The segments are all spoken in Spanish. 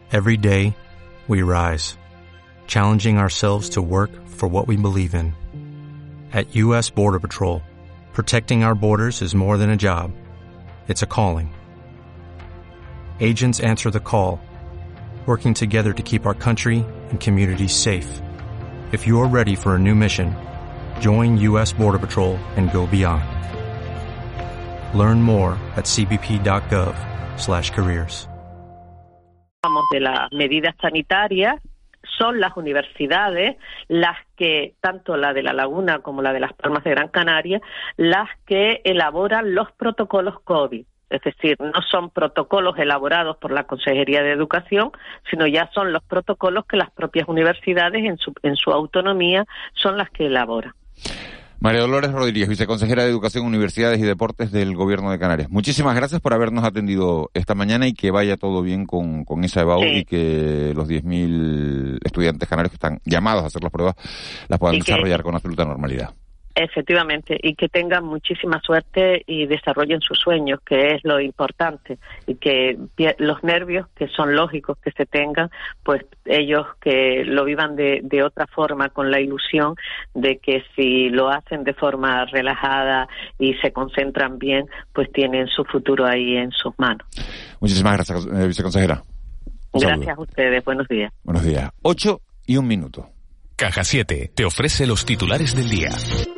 Every day, we rise, challenging ourselves to work for what we believe in. At U.S. Border Patrol, protecting our borders is more than a job. It's a calling. Agents answer the call, working together to keep our country and communities safe. If you're ready for a new mission, join U.S. Border Patrol and go beyond. Learn more at cbp.gov/careers. De las medidas sanitarias son las universidades las que, tanto la de La Laguna como la de Las Palmas de Gran Canaria, las que elaboran los protocolos COVID. Es decir, no son protocolos elaborados por la Consejería de Educación, sino ya son los protocolos que las propias universidades en su autonomía son las que elaboran. María Dolores Rodríguez, viceconsejera de Educación, Universidades y Deportes del Gobierno de Canarias. Muchísimas gracias por habernos atendido esta mañana y que vaya todo bien con esa EBAU y que los 10.000 estudiantes canarios que están llamados a hacer las pruebas las puedan desarrollar con absoluta normalidad. Efectivamente, y que tengan muchísima suerte y desarrollen sus sueños, que es lo importante, y que los nervios, que son lógicos que se tengan, pues ellos que lo vivan de otra forma, con la ilusión de que si lo hacen de forma relajada y se concentran bien, pues tienen su futuro ahí en sus manos. Muchísimas gracias, viceconsejera. Gracias a ustedes, buenos días. Buenos días. 8:01. Caja 7 te ofrece los titulares del día.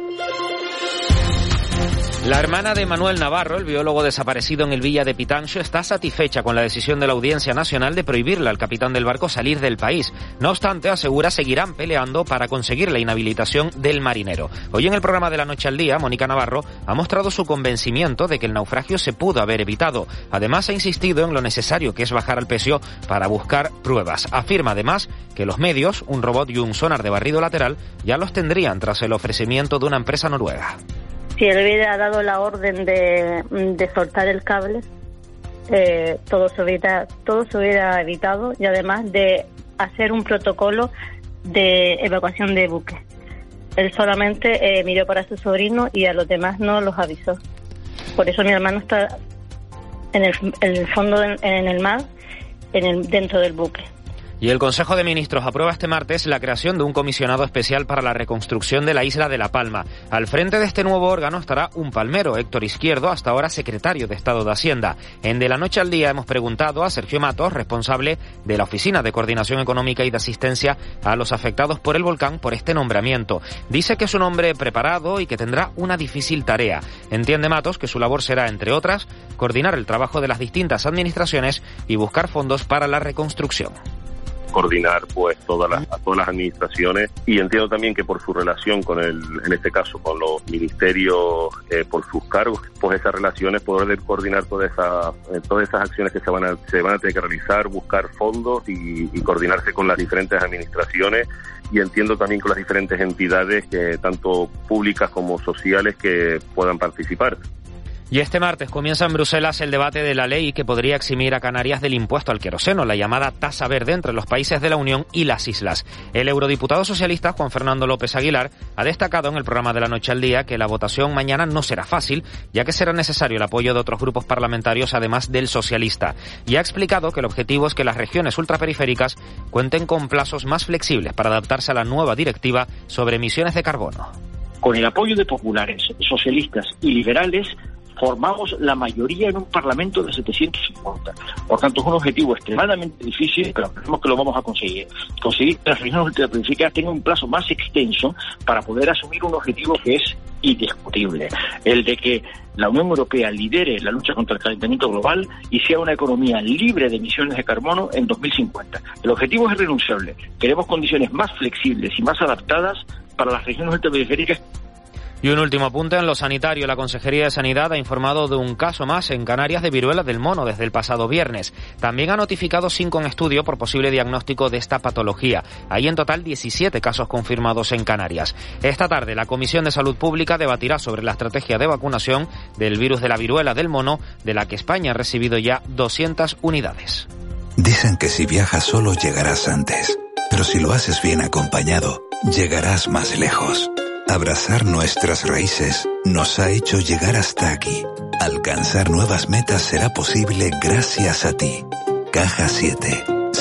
La hermana de Manuel Navarro, el biólogo desaparecido en el Villa de Pitancho, está satisfecha con la decisión de la Audiencia Nacional de prohibirle al capitán del barco salir del país. No obstante, asegura seguirán peleando para conseguir la inhabilitación del marinero. Hoy en el programa de La Noche al Día, Mónica Navarro ha mostrado su convencimiento de que el naufragio se pudo haber evitado. Además, ha insistido en lo necesario que es bajar al pecio para buscar pruebas. Afirma además que los medios, un robot y un sonar de barrido lateral, ya los tendrían tras el ofrecimiento de una empresa noruega. Si él hubiera dado la orden de soltar el cable, todo se hubiera evitado, y además de hacer un protocolo de evacuación de buques. Él solamente miró para su sobrino y a los demás no los avisó. Por eso mi hermano está en el fondo, en el mar, dentro del buque. Y el Consejo de Ministros aprueba este martes la creación de un comisionado especial para la reconstrucción de la isla de La Palma. Al frente de este nuevo órgano estará un palmero, Héctor Izquierdo, hasta ahora secretario de Estado de Hacienda. En De la Noche al Día hemos preguntado a Sergio Matos, responsable de la Oficina de Coordinación Económica y de Asistencia a los afectados por el volcán, por este nombramiento. Dice que es un hombre preparado y que tendrá una difícil tarea. Entiende Matos que su labor será, entre otras, coordinar el trabajo de las distintas administraciones y buscar fondos para la reconstrucción. Coordinar pues todas las administraciones, y entiendo también que por su relación con en este caso con los ministerios, por sus cargos, pues esas relaciones, poder coordinar todas esas acciones que se van a tener que realizar, buscar fondos y coordinarse con las diferentes administraciones, y entiendo también con las diferentes entidades, tanto públicas como sociales, que puedan participar. Y este martes comienza en Bruselas el debate de la ley que podría eximir a Canarias del impuesto al queroseno, la llamada tasa verde entre los países de la Unión y las islas. El eurodiputado socialista Juan Fernando López Aguilar ha destacado en el programa de La Noche al Día que la votación mañana no será fácil, ya que será necesario el apoyo de otros grupos parlamentarios, además del socialista. Y ha explicado que el objetivo es que las regiones ultraperiféricas cuenten con plazos más flexibles para adaptarse a la nueva directiva sobre emisiones de carbono. Con el apoyo de populares, socialistas y liberales, formamos la mayoría en un parlamento de 750. Por tanto, es un objetivo extremadamente difícil, pero creemos que lo vamos a conseguir. Conseguir que las regiones ultraperiféricas tengan un plazo más extenso para poder asumir un objetivo que es indiscutible, el de que la Unión Europea lidere la lucha contra el calentamiento global y sea una economía libre de emisiones de carbono en 2050. El objetivo es irrenunciable. Queremos condiciones más flexibles y más adaptadas para las regiones ultraperiféricas. Y un último apunte en lo sanitario. La Consejería de Sanidad ha informado de un caso más en Canarias de viruela del mono desde el pasado viernes. También ha notificado 5 en estudio por posible diagnóstico de esta patología. Hay en total 17 casos confirmados en Canarias. Esta tarde la Comisión de Salud Pública debatirá sobre la estrategia de vacunación del virus de la viruela del mono, de la que España ha recibido ya 200 unidades. Dicen que si viajas solo llegarás antes, pero si lo haces bien acompañado, llegarás más lejos. Abrazar nuestras raíces nos ha hecho llegar hasta aquí. Alcanzar nuevas metas será posible gracias a ti. Caja 7.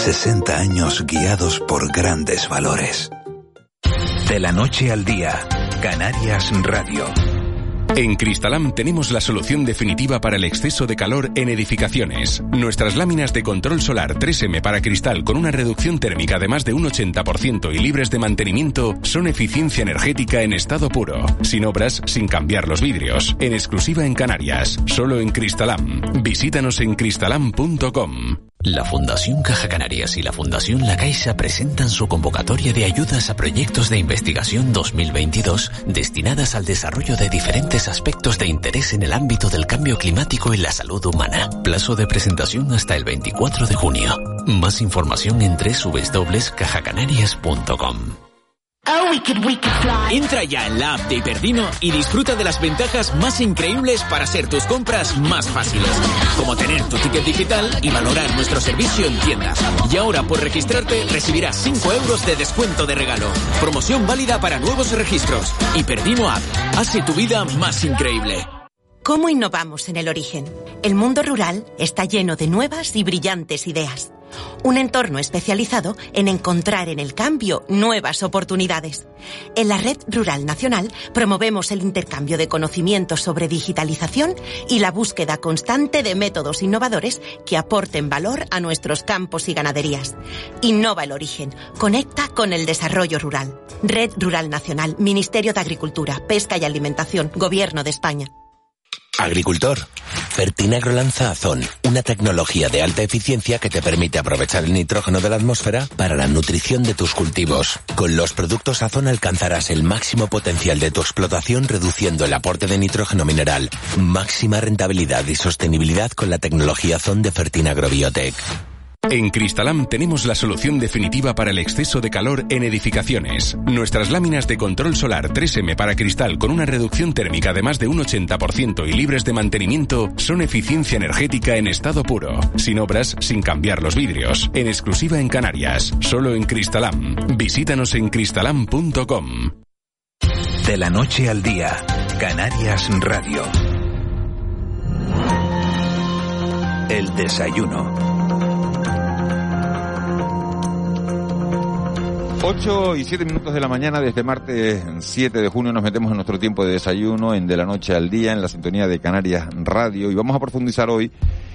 60 años guiados por grandes valores. De la noche al día, Canarias Radio. En Cristalam tenemos la solución definitiva para el exceso de calor en edificaciones. Nuestras láminas de control solar 3M para cristal con una reducción térmica de más de un 80% y libres de mantenimiento son eficiencia energética en estado puro. Sin obras, sin cambiar los vidrios. En exclusiva en Canarias. Solo en Cristalam. Visítanos en cristalam.com. La Fundación Caja Canarias y la Fundación La Caixa presentan su convocatoria de ayudas a proyectos de investigación 2022 destinadas al desarrollo de diferentes aspectos de interés en el ámbito del cambio climático y la salud humana. Plazo de presentación hasta el 24 de junio. Más información en www.cajacanarias.com. Entra ya en la app de Hiperdino y disfruta de las ventajas más increíbles para hacer tus compras más fáciles, como tener tu ticket digital y valorar nuestro servicio en tiendas. Y ahora, por registrarte, recibirás 5 euros de descuento de regalo. Promoción válida para nuevos registros. Hiperdino App. Hace tu vida más increíble. ¿Cómo innovamos en el origen? El mundo rural está lleno de nuevas y brillantes ideas. Un entorno especializado en encontrar en el cambio nuevas oportunidades. En la Red Rural Nacional promovemos el intercambio de conocimientos sobre digitalización y la búsqueda constante de métodos innovadores que aporten valor a nuestros campos y ganaderías. Innova el origen, conecta con el desarrollo rural. Red Rural Nacional, Ministerio de Agricultura, Pesca y Alimentación, Gobierno de España. Agricultor, Fertinagro lanza Azón, una tecnología de alta eficiencia que te permite aprovechar el nitrógeno de la atmósfera para la nutrición de tus cultivos. Con los productos Azón alcanzarás el máximo potencial de tu explotación reduciendo el aporte de nitrógeno mineral. Máxima rentabilidad y sostenibilidad con la tecnología Azón de Fertinagro Biotech. En Cristalam tenemos la solución definitiva para el exceso de calor en edificaciones. Nuestras láminas de control solar 3M para cristal con una reducción térmica de más de un 80% y libres de mantenimiento son eficiencia energética en estado puro. Sin obras, sin cambiar los vidrios. En exclusiva en Canarias. Solo en Cristalam. Visítanos en cristalam.com. De la noche al día, Canarias Radio. El desayuno. 8:07 de la mañana, desde martes 7 de junio nos metemos en nuestro tiempo de desayuno en De la Noche al Día, en la sintonía de Canarias Radio, y vamos a profundizar hoy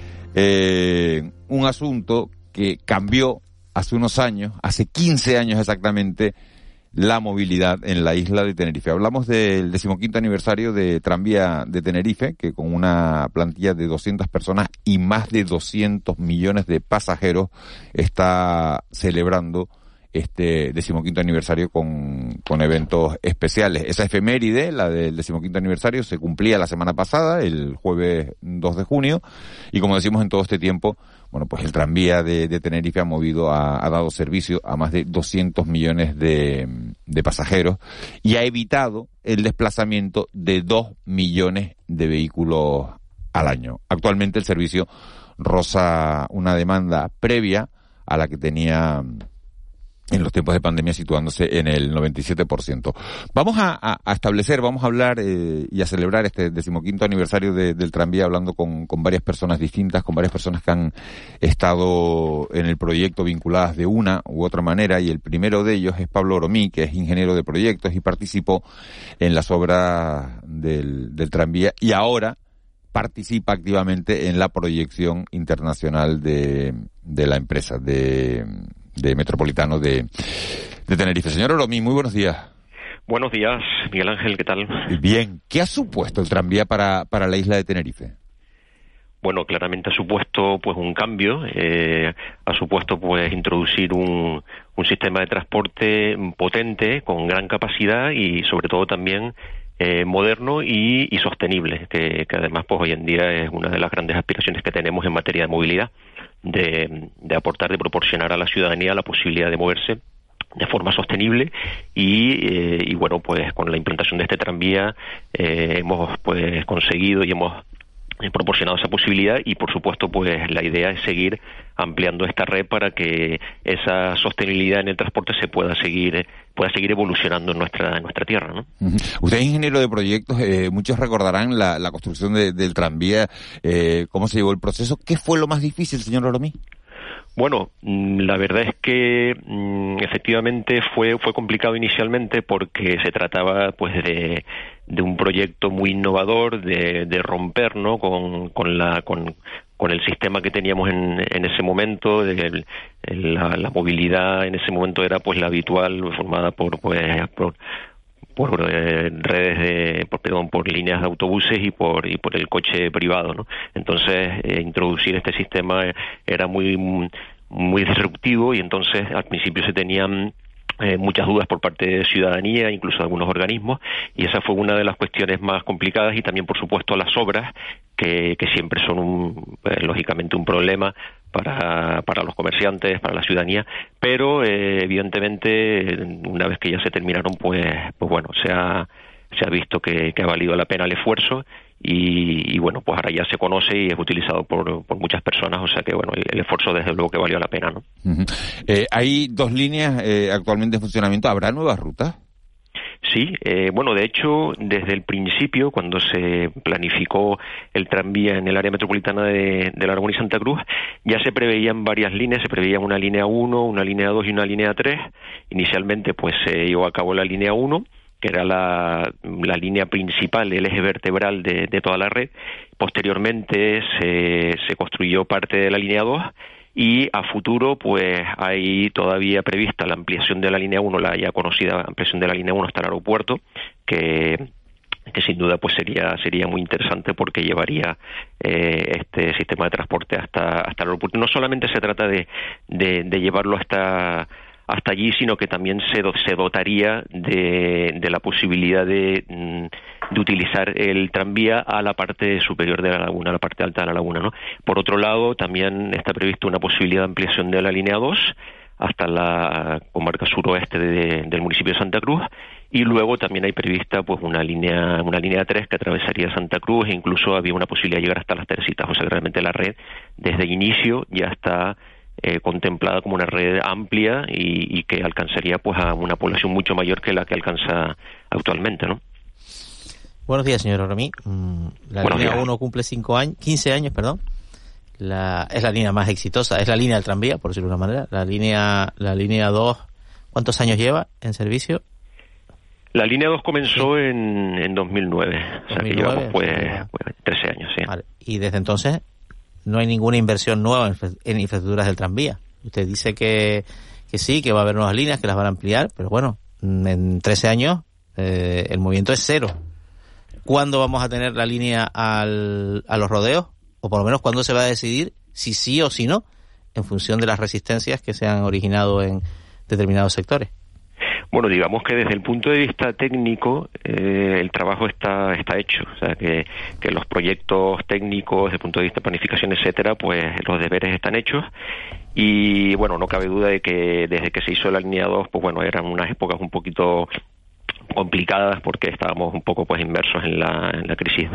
un asunto que cambió hace unos años, hace 15 años exactamente, la movilidad en la isla de Tenerife. Hablamos del 15º aniversario de Tranvía de Tenerife, que con una plantilla de 200 personas y más de 200 millones de pasajeros está celebrando este 15º aniversario con eventos especiales. Esa efeméride, la del 15º aniversario, se cumplía la semana pasada, el jueves 2 de junio, y como decimos en todo este tiempo, bueno, pues el tranvía de Tenerife ha dado servicio a más de 200 millones de pasajeros y ha evitado el desplazamiento de 2 millones de vehículos al año. Actualmente el servicio roza una demanda previa a la que tenía en los tiempos de pandemia, situándose en el 97%. Vamos a establecer, vamos a hablar y a celebrar este 15º aniversario del tranvía, hablando con varias personas distintas, con varias personas que han estado en el proyecto vinculadas de una u otra manera, y el primero de ellos es Pablo Oromí, que es ingeniero de proyectos y participó en las obras del tranvía, y ahora participa activamente en la proyección internacional de la empresa, de Metropolitano de Tenerife. Señor Oromí, muy buenos días. Buenos días, Miguel Ángel, ¿qué tal? Bien, ¿qué ha supuesto el tranvía para la isla de Tenerife? Bueno, claramente ha supuesto pues un cambio, ha supuesto pues introducir un sistema de transporte potente, con gran capacidad y sobre todo también moderno y sostenible, que además pues hoy en día es una de las grandes aspiraciones que tenemos en materia de movilidad, de aportar, de proporcionar a la ciudadanía la posibilidad de moverse de forma sostenible y bueno, pues con la implantación de este tranvía hemos pues conseguido y hemos proporcionado esa posibilidad, y por supuesto pues la idea es seguir ampliando esta red para que esa sostenibilidad en el transporte se pueda seguir evolucionando en nuestra tierra, ¿no? Usted es ingeniero de proyectos, muchos recordarán la construcción del tranvía, cómo se llevó el proceso. ¿Qué fue lo más difícil, señor Oromí? Bueno, la verdad es que efectivamente fue complicado inicialmente porque se trataba pues de un proyecto muy innovador, de romper, ¿no?, con el sistema que teníamos en ese momento. La movilidad en ese momento era pues la habitual, formada por redes por líneas de autobuses y por el coche privado, ¿no? Entonces introducir este sistema era muy disruptivo, y entonces al principio se tenían muchas dudas por parte de ciudadanía, incluso de algunos organismos, y esa fue una de las cuestiones más complicadas. Y también, por supuesto, las obras, que siempre son lógicamente un problema para los comerciantes, para la ciudadanía, pero evidentemente una vez que ya se terminaron, pues bueno, se ha visto que ha valido la pena el esfuerzo, y bueno, pues ahora ya se conoce y es utilizado por muchas personas, o sea que bueno, el esfuerzo desde luego que valió la pena, ¿no? Uh-huh. Hay 2 líneas actualmente en funcionamiento. ¿Habrá nuevas rutas? Sí, bueno, de hecho, desde el principio, cuando se planificó el tranvía en el área metropolitana de Aragón y Santa Cruz, ya se preveían varias líneas. Se preveía una línea 1, una línea 2 y una línea 3. Inicialmente, pues se llevó a cabo la línea 1, que era la línea principal, el eje vertebral de toda la red. Posteriormente se construyó parte de la línea 2, y a futuro pues hay todavía prevista la ampliación de la línea 1, la ya conocida ampliación de la línea 1 hasta el aeropuerto, que sin duda pues sería muy interesante, porque llevaría este sistema de transporte hasta el aeropuerto. No solamente se trata de llevarlo hasta allí, sino que también se dotaría de la posibilidad de utilizar el tranvía a la parte superior de la laguna, a la parte alta de la laguna, ¿no? Por otro lado, también está previsto una posibilidad de ampliación de la línea 2 hasta la comarca suroeste del municipio de Santa Cruz, y luego también hay prevista pues una línea 3 que atravesaría Santa Cruz, e incluso había una posibilidad de llegar hasta Las Teresitas. O sea que realmente la red desde el inicio ya está contemplada como una red amplia y que alcanzaría pues a una población mucho mayor que la que alcanza actualmente, ¿no? Buenos días, señor Romí. La línea 1 cumple 15 años, perdón. Es la línea más exitosa, es la línea del tranvía, por decirlo de una manera. La línea 2, ¿cuántos años lleva en servicio? La línea 2 comenzó en 2009, o sea 2009, que llevamos pues 13 años, sí. Vale. Y desde entonces no hay ninguna inversión nueva en infraestructuras del tranvía. Usted dice que sí, que va a haber nuevas líneas, que las van a ampliar, pero bueno, en 13 años el movimiento es cero. ¿Cuándo vamos a tener la línea a los rodeos? O por lo menos, ¿cuándo se va a decidir si sí o si no, en función de las resistencias que se han originado en determinados sectores? Bueno, digamos que desde el punto de vista técnico el trabajo está hecho, o sea que los proyectos técnicos desde el punto de vista de planificación, etcétera, pues los deberes están hechos, y bueno, no cabe duda de que desde que se hizo la línea 2, pues bueno, eran unas épocas un poquito complicadas porque estábamos un poco pues inmersos en la crisis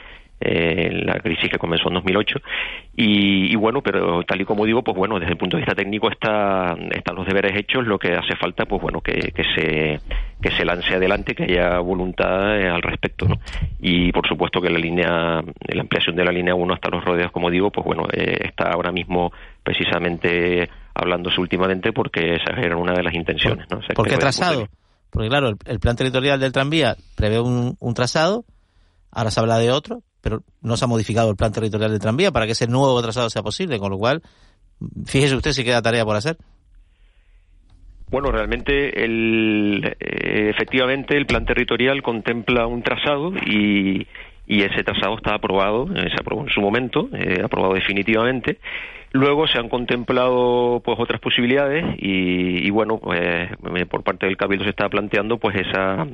la crisis que comenzó en 2008 y bueno, pero tal y como digo, pues bueno, desde el punto de vista técnico están los deberes hechos. Lo que hace falta, pues bueno, que se lance adelante, que haya voluntad al respecto, ¿no? Y por supuesto que la ampliación de la línea 1 hasta los rodeos, como digo, pues bueno, está ahora mismo precisamente hablándose últimamente porque esa era una de las intenciones, ¿no? O sea, ¿por qué trazado? Porque claro, el plan territorial del tranvía prevé un trazado, ahora se habla de otro, pero no se ha modificado el plan territorial del tranvía para que ese nuevo trazado sea posible, con lo cual, fíjese usted si queda tarea por hacer. Bueno, realmente efectivamente el plan territorial contempla un trazado y ese trazado está aprobado, se aprobó en su momento, aprobado definitivamente. Luego se han contemplado pues otras posibilidades y bueno, pues por parte del Cabildo se está planteando pues esas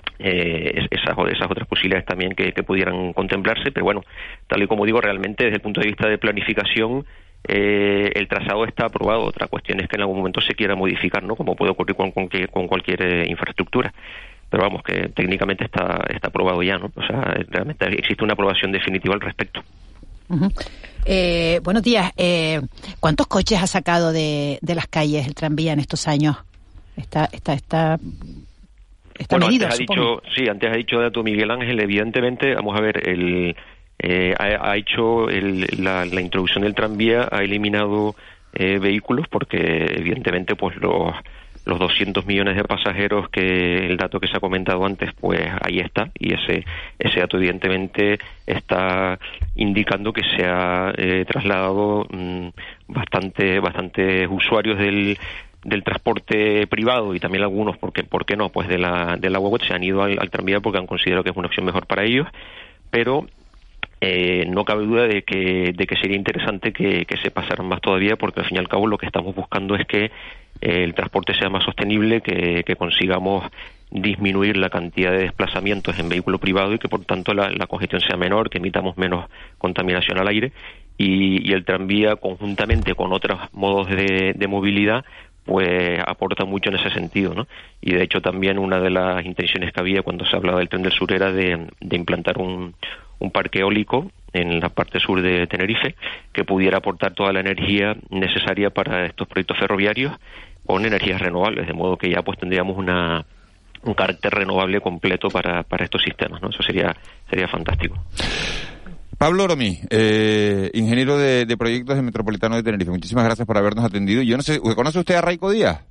otras posibilidades también que pudieran contemplarse, pero bueno, tal y como digo, realmente desde el punto de vista de planificación el trazado está aprobado. Otra cuestión es que en algún momento se quiera modificar, ¿no? Como puede ocurrir con cualquier infraestructura. Pero vamos, que técnicamente está aprobado ya, ¿no? O sea, realmente existe una aprobación definitiva al respecto. Uh-huh. Buenos días. ¿Cuántos coches ha sacado de las calles el tranvía en estos años? Está bueno, medido, antes ha dicho dato Miguel Ángel. Evidentemente, vamos a ver, ha hecho la introducción del tranvía, ha eliminado vehículos, porque evidentemente pues los 200 millones de pasajeros, que el dato que se ha comentado antes, pues ahí está, y ese dato evidentemente está indicando que se ha trasladado bastantes usuarios del transporte privado, y también algunos, ¿por qué no? Pues de la guagua se han ido al tranvía porque han considerado que es una opción mejor para ellos, pero no cabe duda de que sería interesante que se pasaran más todavía, porque al fin y al cabo lo que estamos buscando es que el transporte sea más sostenible, que consigamos disminuir la cantidad de desplazamientos en vehículo privado y que por tanto la congestión sea menor, que emitamos menos contaminación al aire, y el tranvía conjuntamente con otros modos de movilidad pues aporta mucho en ese sentido, ¿no? Y de hecho también una de las intenciones que había cuando se hablaba del Tren del Sur era de implantar un parque eólico en la parte sur de Tenerife que pudiera aportar toda la energía necesaria para estos proyectos ferroviarios con energías renovables, de modo que ya pues tendríamos un carácter renovable completo para estos sistemas, ¿no? Eso sería fantástico. Pablo Oromí, ingeniero de proyectos del Metropolitano de Tenerife, muchísimas gracias por habernos atendido. Yo no sé, ¿conoce usted a Raico Díaz?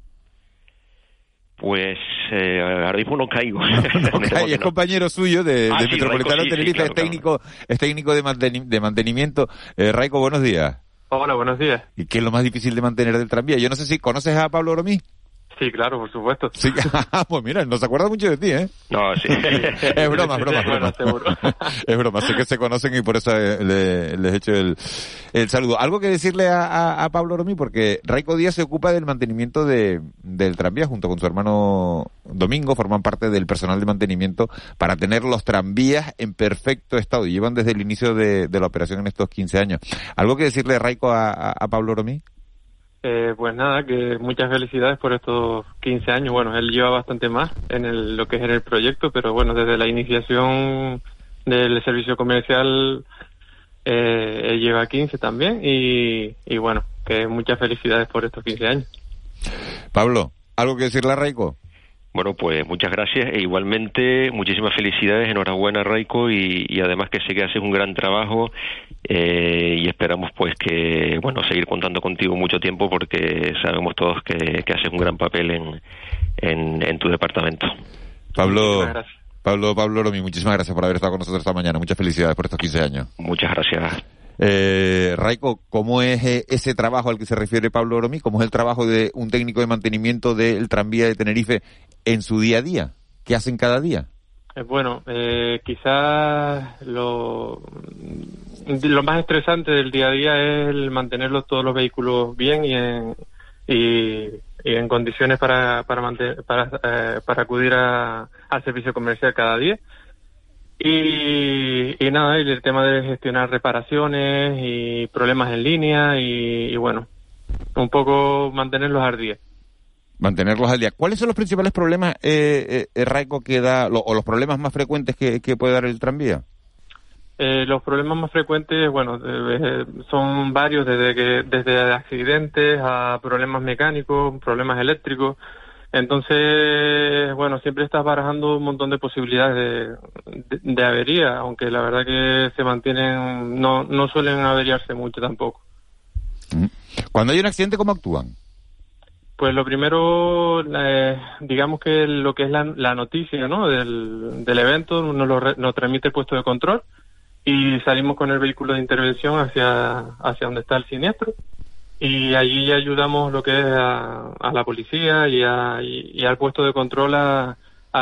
Pues ahora mismo no caigo. Es compañero suyo de sí, Metropolitano de Tenerife, sí, claro, es técnico de mantenimiento. Raico, buenos días. Hola, buenos días. ¿Y qué es lo más difícil de mantener del tranvía? Yo no sé si conoces a Pablo Oromí. Sí, claro, por supuesto. Sí, pues mira, no se acuerda mucho de ti, ¿eh? No, sí. Es broma. Es broma, sé que se conocen y por eso les he hecho el saludo. Algo que decirle a Pablo Oromí, porque Raico Díaz se ocupa del mantenimiento del tranvía junto con su hermano Domingo, forman parte del personal de mantenimiento para tener los tranvías en perfecto estado y llevan desde el inicio de la operación en estos 15 años. ¿Algo que decirle, Raico, a Pablo Oromí? Pues nada, que muchas felicidades por estos 15 años. Bueno, él lleva bastante más en lo que es en el proyecto, pero bueno, desde la iniciación del servicio comercial él lleva 15 también y bueno, que muchas felicidades por estos 15 años. Pablo, ¿algo que decirle a Raico? Bueno, pues muchas gracias e igualmente muchísimas felicidades, enhorabuena Raico y además que sé que haces un gran trabajo y esperamos pues que, bueno, seguir contando contigo mucho tiempo porque sabemos todos que haces un gran papel en tu departamento. Pablo Oromí, muchísimas gracias por haber estado con nosotros esta mañana, muchas felicidades por estos 15 años. Muchas gracias. Raico, ¿cómo es ese trabajo al que se refiere Pablo Oromí? ¿Cómo es el trabajo de un técnico de mantenimiento del tranvía de Tenerife en su día a día? ¿Qué hacen cada día? Bueno, quizás lo más estresante del día a día es el mantenerlos todos los vehículos bien y en condiciones para acudir al servicio comercial cada día. Y nada, y el tema de gestionar reparaciones y problemas en línea y bueno, un poco mantenerlos al día. Mantenerlos al día. ¿Cuáles son los principales problemas, Raico, que da, o los problemas más frecuentes que puede dar el tranvía? Los problemas más frecuentes, bueno, son varios, desde accidentes a problemas mecánicos, problemas eléctricos. Entonces, bueno, siempre estás barajando un montón de posibilidades de avería, aunque la verdad que se mantienen, no suelen averiarse mucho tampoco. Cuando hay un accidente, ¿cómo actúan? Pues lo primero, digamos que lo que es la noticia, ¿no?, del evento, nos transmite el puesto de control y salimos con el vehículo de intervención hacia donde está el siniestro. Y allí ayudamos lo que es a la policía y al puesto de control a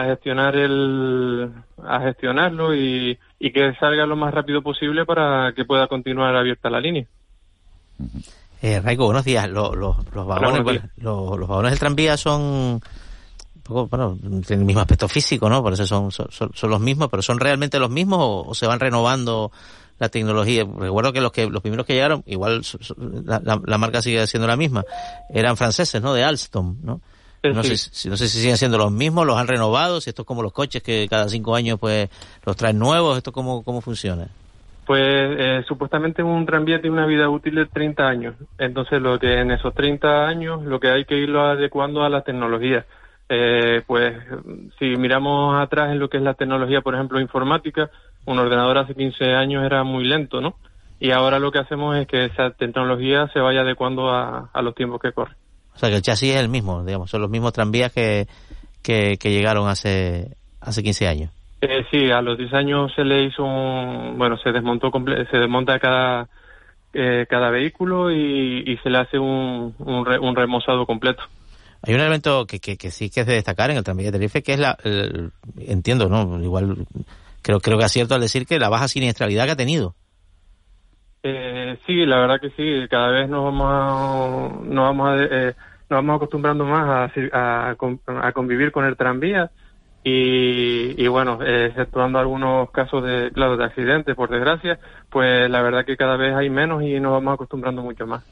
gestionarlo y que salga lo más rápido posible para que pueda continuar abierta la línea. Raico, buenos días. Los vagones, los vagones del tranvía son tienen el mismo aspecto físico, ¿no? Por eso son los mismos, pero ¿son realmente los mismos o se van renovando la tecnología? Recuerdo que los primeros que llegaron, igual la marca sigue siendo la misma, eran franceses, ¿no? De Alstom, ¿no? No sé si siguen siendo los mismos, los han renovado, si esto es como los coches que cada 5 años pues los traen nuevos, ¿esto cómo funciona? Pues supuestamente un tranvía tiene una vida útil de 30 años, entonces lo que en esos 30 años lo que hay que irlo adecuando a la tecnología. Pues si miramos atrás en lo que es la tecnología, por ejemplo, informática, un ordenador hace 15 años era muy lento, ¿no? y ahora lo que hacemos es que esa tecnología se vaya adecuando a los tiempos que corren. O sea, que el chasis es el mismo, digamos, son los mismos tranvías que llegaron hace 15 años. Sí, a los 10 años se le hizo se desmonta cada vehículo y se le hace un remozado completo. Hay un elemento que sí que es de destacar en el tranvía de Tenerife, que es entiendo, ¿no? Igual creo que acierto al decir que la baja siniestralidad que ha tenido. Sí, la verdad que sí. Cada vez nos vamos acostumbrando más a convivir con el tranvía y bueno, exceptuando algunos casos de accidentes, por desgracia, pues la verdad que cada vez hay menos y nos vamos acostumbrando mucho más.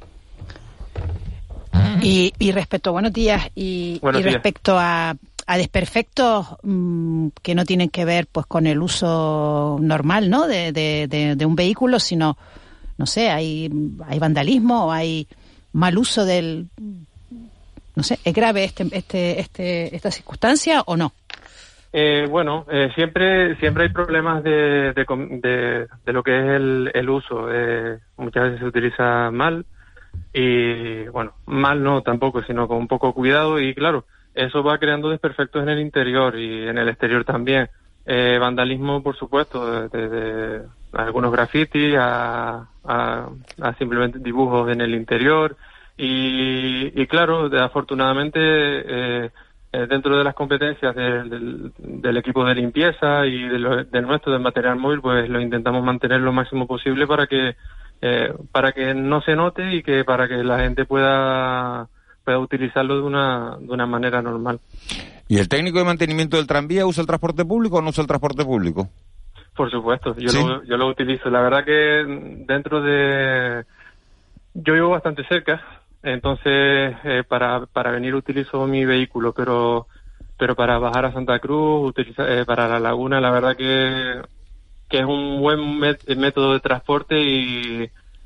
Y respecto, buenos días, respecto a desperfectos que no tienen que ver pues con el uso normal, ¿no? de un vehículo, sino, no sé, hay vandalismo o hay mal uso del, no sé, ¿es grave esta circunstancia o no? Siempre hay problemas de lo que es el uso. Muchas veces se utiliza mal. Y bueno, mal no tampoco, sino con un poco cuidado, y claro, eso va creando desperfectos en el interior y en el exterior también. Vandalismo, por supuesto, desde algunos grafitis a simplemente dibujos en el interior y claro, afortunadamente dentro de las competencias del equipo de limpieza y del nuestro, del material móvil, pues lo intentamos mantener lo máximo posible para que no se note y que para que la gente pueda utilizarlo de una manera normal. ¿Y el técnico de mantenimiento del tranvía usa el transporte público o no usa el transporte público? Por supuesto, ¿Sí? yo lo utilizo. La verdad que yo vivo bastante cerca, entonces para venir utilizo mi vehículo, pero para bajar a Santa Cruz, para La Laguna, la verdad que es un buen método de transporte y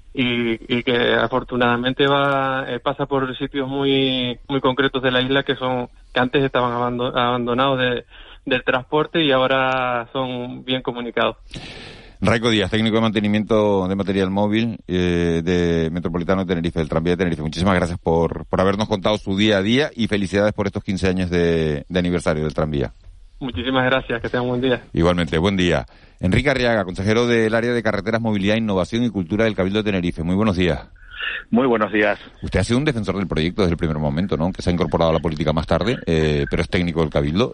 que afortunadamente pasa por sitios muy muy concretos de la isla que antes estaban abandonados del transporte y ahora son bien comunicados. Raico Díaz, técnico de mantenimiento de material móvil de Metropolitano de Tenerife, del tranvía de Tenerife. Muchísimas gracias por habernos contado su día a día y felicidades por estos 15 años de aniversario del tranvía. Muchísimas gracias, que tengan un buen día. Igualmente, buen día. Enrique Arriaga, consejero del área de Carreteras, Movilidad, Innovación y Cultura del Cabildo de Tenerife. Muy buenos días. Muy buenos días. Usted ha sido un defensor del proyecto desde el primer momento, ¿no? Que se ha incorporado a la política más tarde, pero es técnico del Cabildo.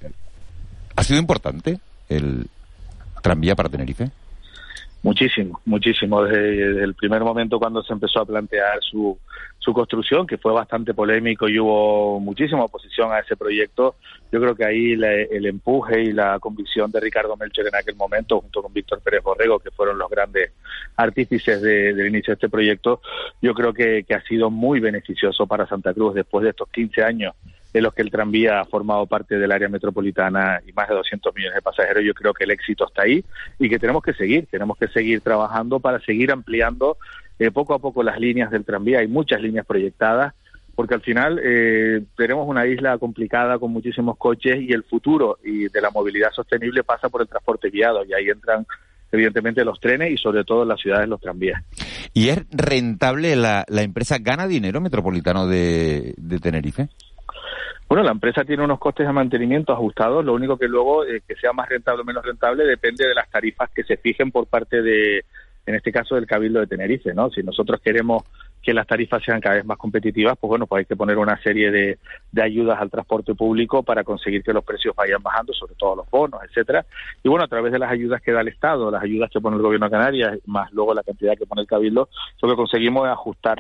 ¿Ha sido importante el tranvía para Tenerife? Muchísimo. Desde el primer momento cuando se empezó a plantear su construcción, que fue bastante polémico y hubo muchísima oposición a ese proyecto, yo creo que ahí el empuje y la convicción de Ricardo Melchor en aquel momento, junto con Víctor Pérez Borrego, que fueron los grandes artífices del inicio de este proyecto, yo creo que ha sido muy beneficioso para Santa Cruz después de estos 15 años en los que el tranvía ha formado parte del área metropolitana y más de 200 millones de pasajeros. Yo creo que el éxito está ahí y que tenemos que seguir trabajando para seguir ampliando poco a poco las líneas del tranvía. Hay muchas líneas proyectadas porque al final tenemos una isla complicada con muchísimos coches y el futuro y de la movilidad sostenible pasa por el transporte guiado y ahí entran evidentemente los trenes y sobre todo en las ciudades los tranvías. ¿Y es rentable la empresa? ¿Gana dinero Metropolitano de Tenerife? Bueno, la empresa tiene unos costes de mantenimiento ajustados, lo único que luego, que sea más rentable o menos rentable, depende de las tarifas que se fijen por parte en este caso, del Cabildo de Tenerife, ¿no? Si nosotros queremos que las tarifas sean cada vez más competitivas, pues bueno, pues hay que poner una serie de ayudas al transporte público para conseguir que los precios vayan bajando, sobre todo los bonos, etcétera. Y bueno, a través de las ayudas que da el Estado, las ayudas que pone el Gobierno de Canarias, más luego la cantidad que pone el Cabildo, lo que conseguimos es ajustar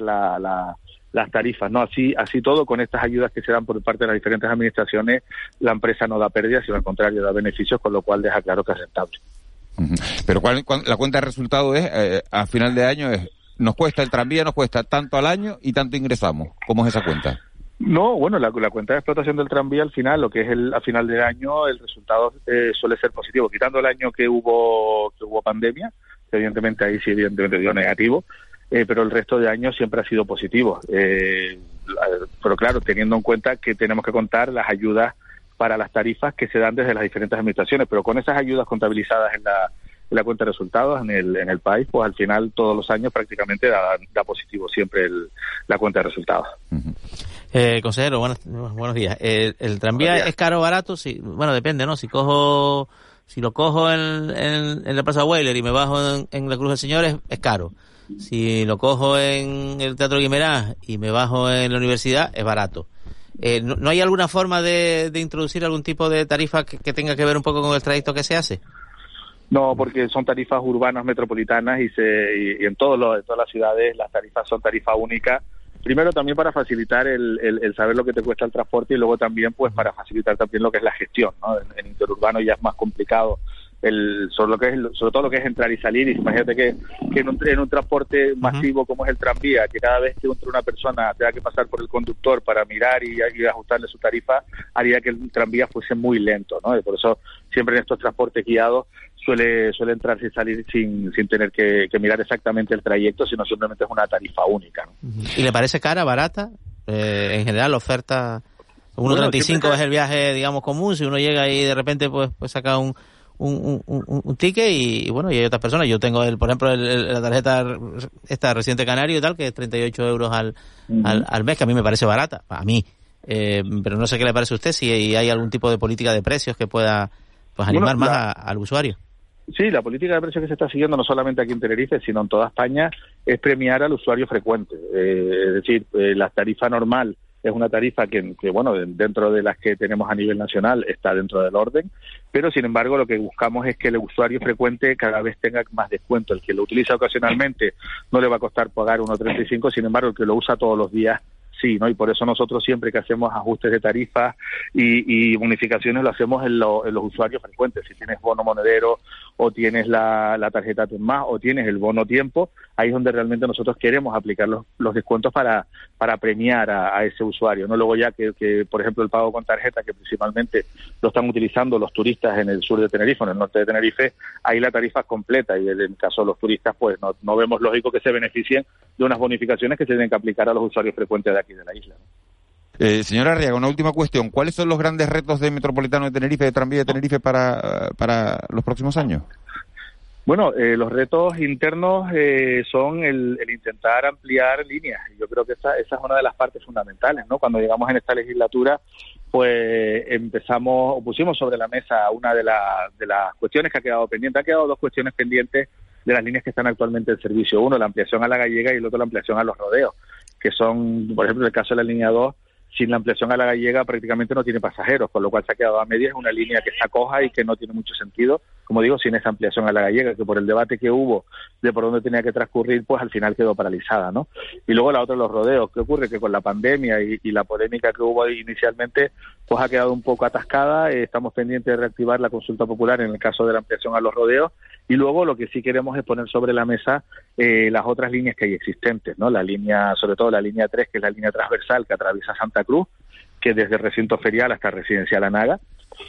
las tarifas, ¿no? Así todo, con estas ayudas que se dan por parte de las diferentes administraciones, la empresa no da pérdidas, sino al contrario, da beneficios, con lo cual deja claro que es rentable. Pero la cuenta de resultado es, a final de año, nos cuesta el tranvía, nos cuesta tanto al año y tanto ingresamos. ¿Cómo es esa cuenta? No, bueno, la cuenta de explotación del tranvía al final, lo que es a final de año, el resultado suele ser positivo. Quitando el año que hubo pandemia, que evidentemente ahí sí dio negativo, pero el resto de años siempre ha sido positivo. Pero claro, teniendo en cuenta que tenemos que contar las ayudas para las tarifas que se dan desde las diferentes administraciones, pero con esas ayudas contabilizadas en la cuenta de resultados en el país, pues al final todos los años prácticamente da positivo siempre la cuenta de resultados. Consejero, buenos días. ¿El tranvía es caro o barato? Sí, bueno, depende, ¿no? Si lo cojo en la Plaza Weiler y me bajo en la Cruz del Señor es caro. Si lo cojo en el Teatro Guimerá y me bajo en la universidad es barato. ¿No hay alguna forma de introducir algún tipo de tarifa que tenga que ver un poco con el trayecto que se hace? No, porque son tarifas urbanas metropolitanas y en todas las ciudades las tarifas son tarifa única. Primero también para facilitar el saber lo que te cuesta el transporte y luego también pues para facilitar también lo que es la gestión, ¿no? En interurbano ya es más complicado sobre todo lo que es entrar y salir. Y imagínate que en un transporte masivo como es el tranvía, que cada vez que entra una persona tenga que pasar por el conductor para mirar y ajustarle su tarifa, haría que el tranvía fuese muy lento, ¿no? Y por eso siempre en estos transportes guiados suele entrarse y salir sin tener que mirar exactamente el trayecto, sino simplemente es una tarifa única, ¿no? ¿Y le parece cara, barata? En general la oferta 1.35 es el viaje, digamos, común. Si uno llega ahí de repente pues saca un ticket y bueno, y hay otras personas. Yo tengo por ejemplo la tarjeta esta Residente Canario y tal, que es 38 euros al mes, que a mí me parece barata, a mí, pero no sé qué le parece a usted, si hay algún tipo de política de precios que pueda pues animar más al usuario. Sí, la política de precios que se está siguiendo no solamente aquí en Tenerife, sino en toda España, es premiar al usuario frecuente. Es decir, la tarifa normal es una tarifa que bueno, dentro de las que tenemos a nivel nacional está dentro del orden, pero sin embargo lo que buscamos es que el usuario frecuente cada vez tenga más descuento. El que lo utiliza ocasionalmente no le va a costar pagar 1.35, sin embargo el que lo usa todos los días sí, ¿no? Y por eso nosotros siempre que hacemos ajustes de tarifas y bonificaciones lo hacemos en los usuarios frecuentes. Si tienes bono monedero o tienes la tarjeta Más o tienes el bono tiempo, ahí es donde realmente nosotros queremos aplicar los descuentos para premiar a ese usuario, ¿no? Luego ya que por ejemplo el pago con tarjeta, que principalmente lo están utilizando los turistas en el sur de Tenerife, en el norte de Tenerife, ahí la tarifa es completa y en el caso de los turistas pues no vemos lógico que se beneficien de unas bonificaciones que se tienen que aplicar a los usuarios frecuentes de aquí de la isla, ¿no? Señora Arriaga, una última cuestión. ¿Cuáles son los grandes retos de Metropolitano de Tenerife, de Tranvía de Tenerife para los próximos años? Bueno, los retos internos son el intentar ampliar líneas. Yo creo que esa es una de las partes fundamentales, ¿no? Cuando llegamos en esta legislatura, pues pusimos sobre la mesa una de las cuestiones que ha quedado pendiente. Han quedado dos cuestiones pendientes de las líneas que están actualmente en servicio. Uno, la ampliación a la Gallega, y el otro, la ampliación a los rodeos, que son, por ejemplo, en el caso de la línea 2, sin la ampliación a la Gallega prácticamente no tiene pasajeros, con lo cual se ha quedado a medias. Es una línea que está coja y que no tiene mucho sentido, como digo, sin esa ampliación a la Gallega, que por el debate que hubo de por dónde tenía que transcurrir, pues al final quedó paralizada, ¿no? Y luego la otra, los rodeos. ¿Qué ocurre? Que con la pandemia y la polémica que hubo ahí inicialmente, pues ha quedado un poco atascada. Estamos pendientes de reactivar la consulta popular en el caso de la ampliación a los rodeos. Y luego lo que sí queremos es poner sobre la mesa las otras líneas que hay existentes, ¿no? La línea, sobre todo la línea 3, que es la línea transversal que atraviesa Santa Cruz, que desde el recinto ferial hasta Residencial Anaga,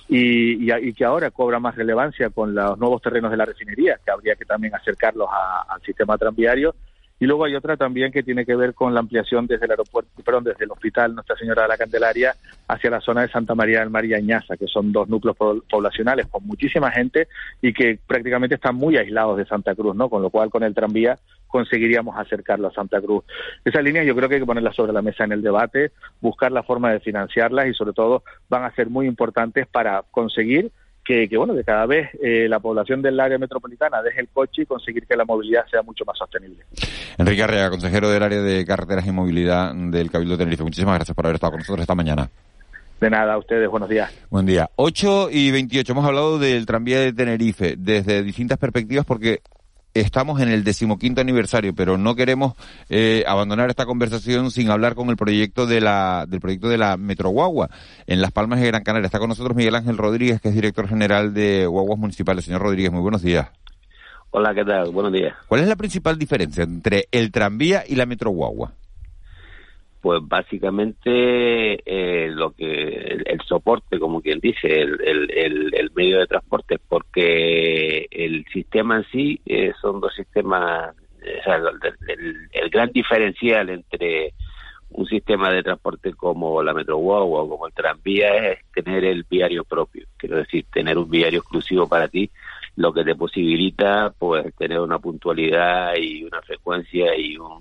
y que ahora cobra más relevancia con los nuevos terrenos de la refinería, que habría que también acercarlos al sistema tranviario. Y luego hay otra también que tiene que ver con la ampliación desde el hospital Nuestra Señora de la Candelaria hacia la zona de Santa María del Mar y Añaza, que son dos núcleos poblacionales con muchísima gente y que prácticamente están muy aislados de Santa Cruz, ¿no? Con lo cual con el tranvía conseguiríamos acercarlo a Santa Cruz. Esas líneas yo creo que hay que ponerlas sobre la mesa en el debate, buscar la forma de financiarlas y sobre todo van a ser muy importantes para conseguir que cada vez la población del área metropolitana deje el coche y conseguir que la movilidad sea mucho más sostenible. Enrique Arriaga, consejero del área de carreteras y movilidad del Cabildo de Tenerife. Muchísimas gracias por haber estado con nosotros esta mañana. De nada, a ustedes, buenos días. Buen día. 8:28, hemos hablado del tranvía de Tenerife desde distintas perspectivas porque estamos en el 15º aniversario, pero no queremos abandonar esta conversación sin hablar con el proyecto del proyecto de la Metro Guagua en Las Palmas de Gran Canaria. Está con nosotros Miguel Ángel Rodríguez, que es director general de Guaguas Municipales. Señor Rodríguez, muy buenos días. Hola, ¿qué tal? Buenos días. ¿Cuál es la principal diferencia entre el tranvía y la Metro Guagua? Pues básicamente el soporte, como quien dice, el medio de transporte, porque el sistema en sí son dos sistemas. O sea, el gran diferencial entre un sistema de transporte como la Metro Guagua o como el tranvía es tener el viario propio, quiero decir, tener un viario exclusivo para ti lo que te posibilita pues tener una puntualidad y una frecuencia y un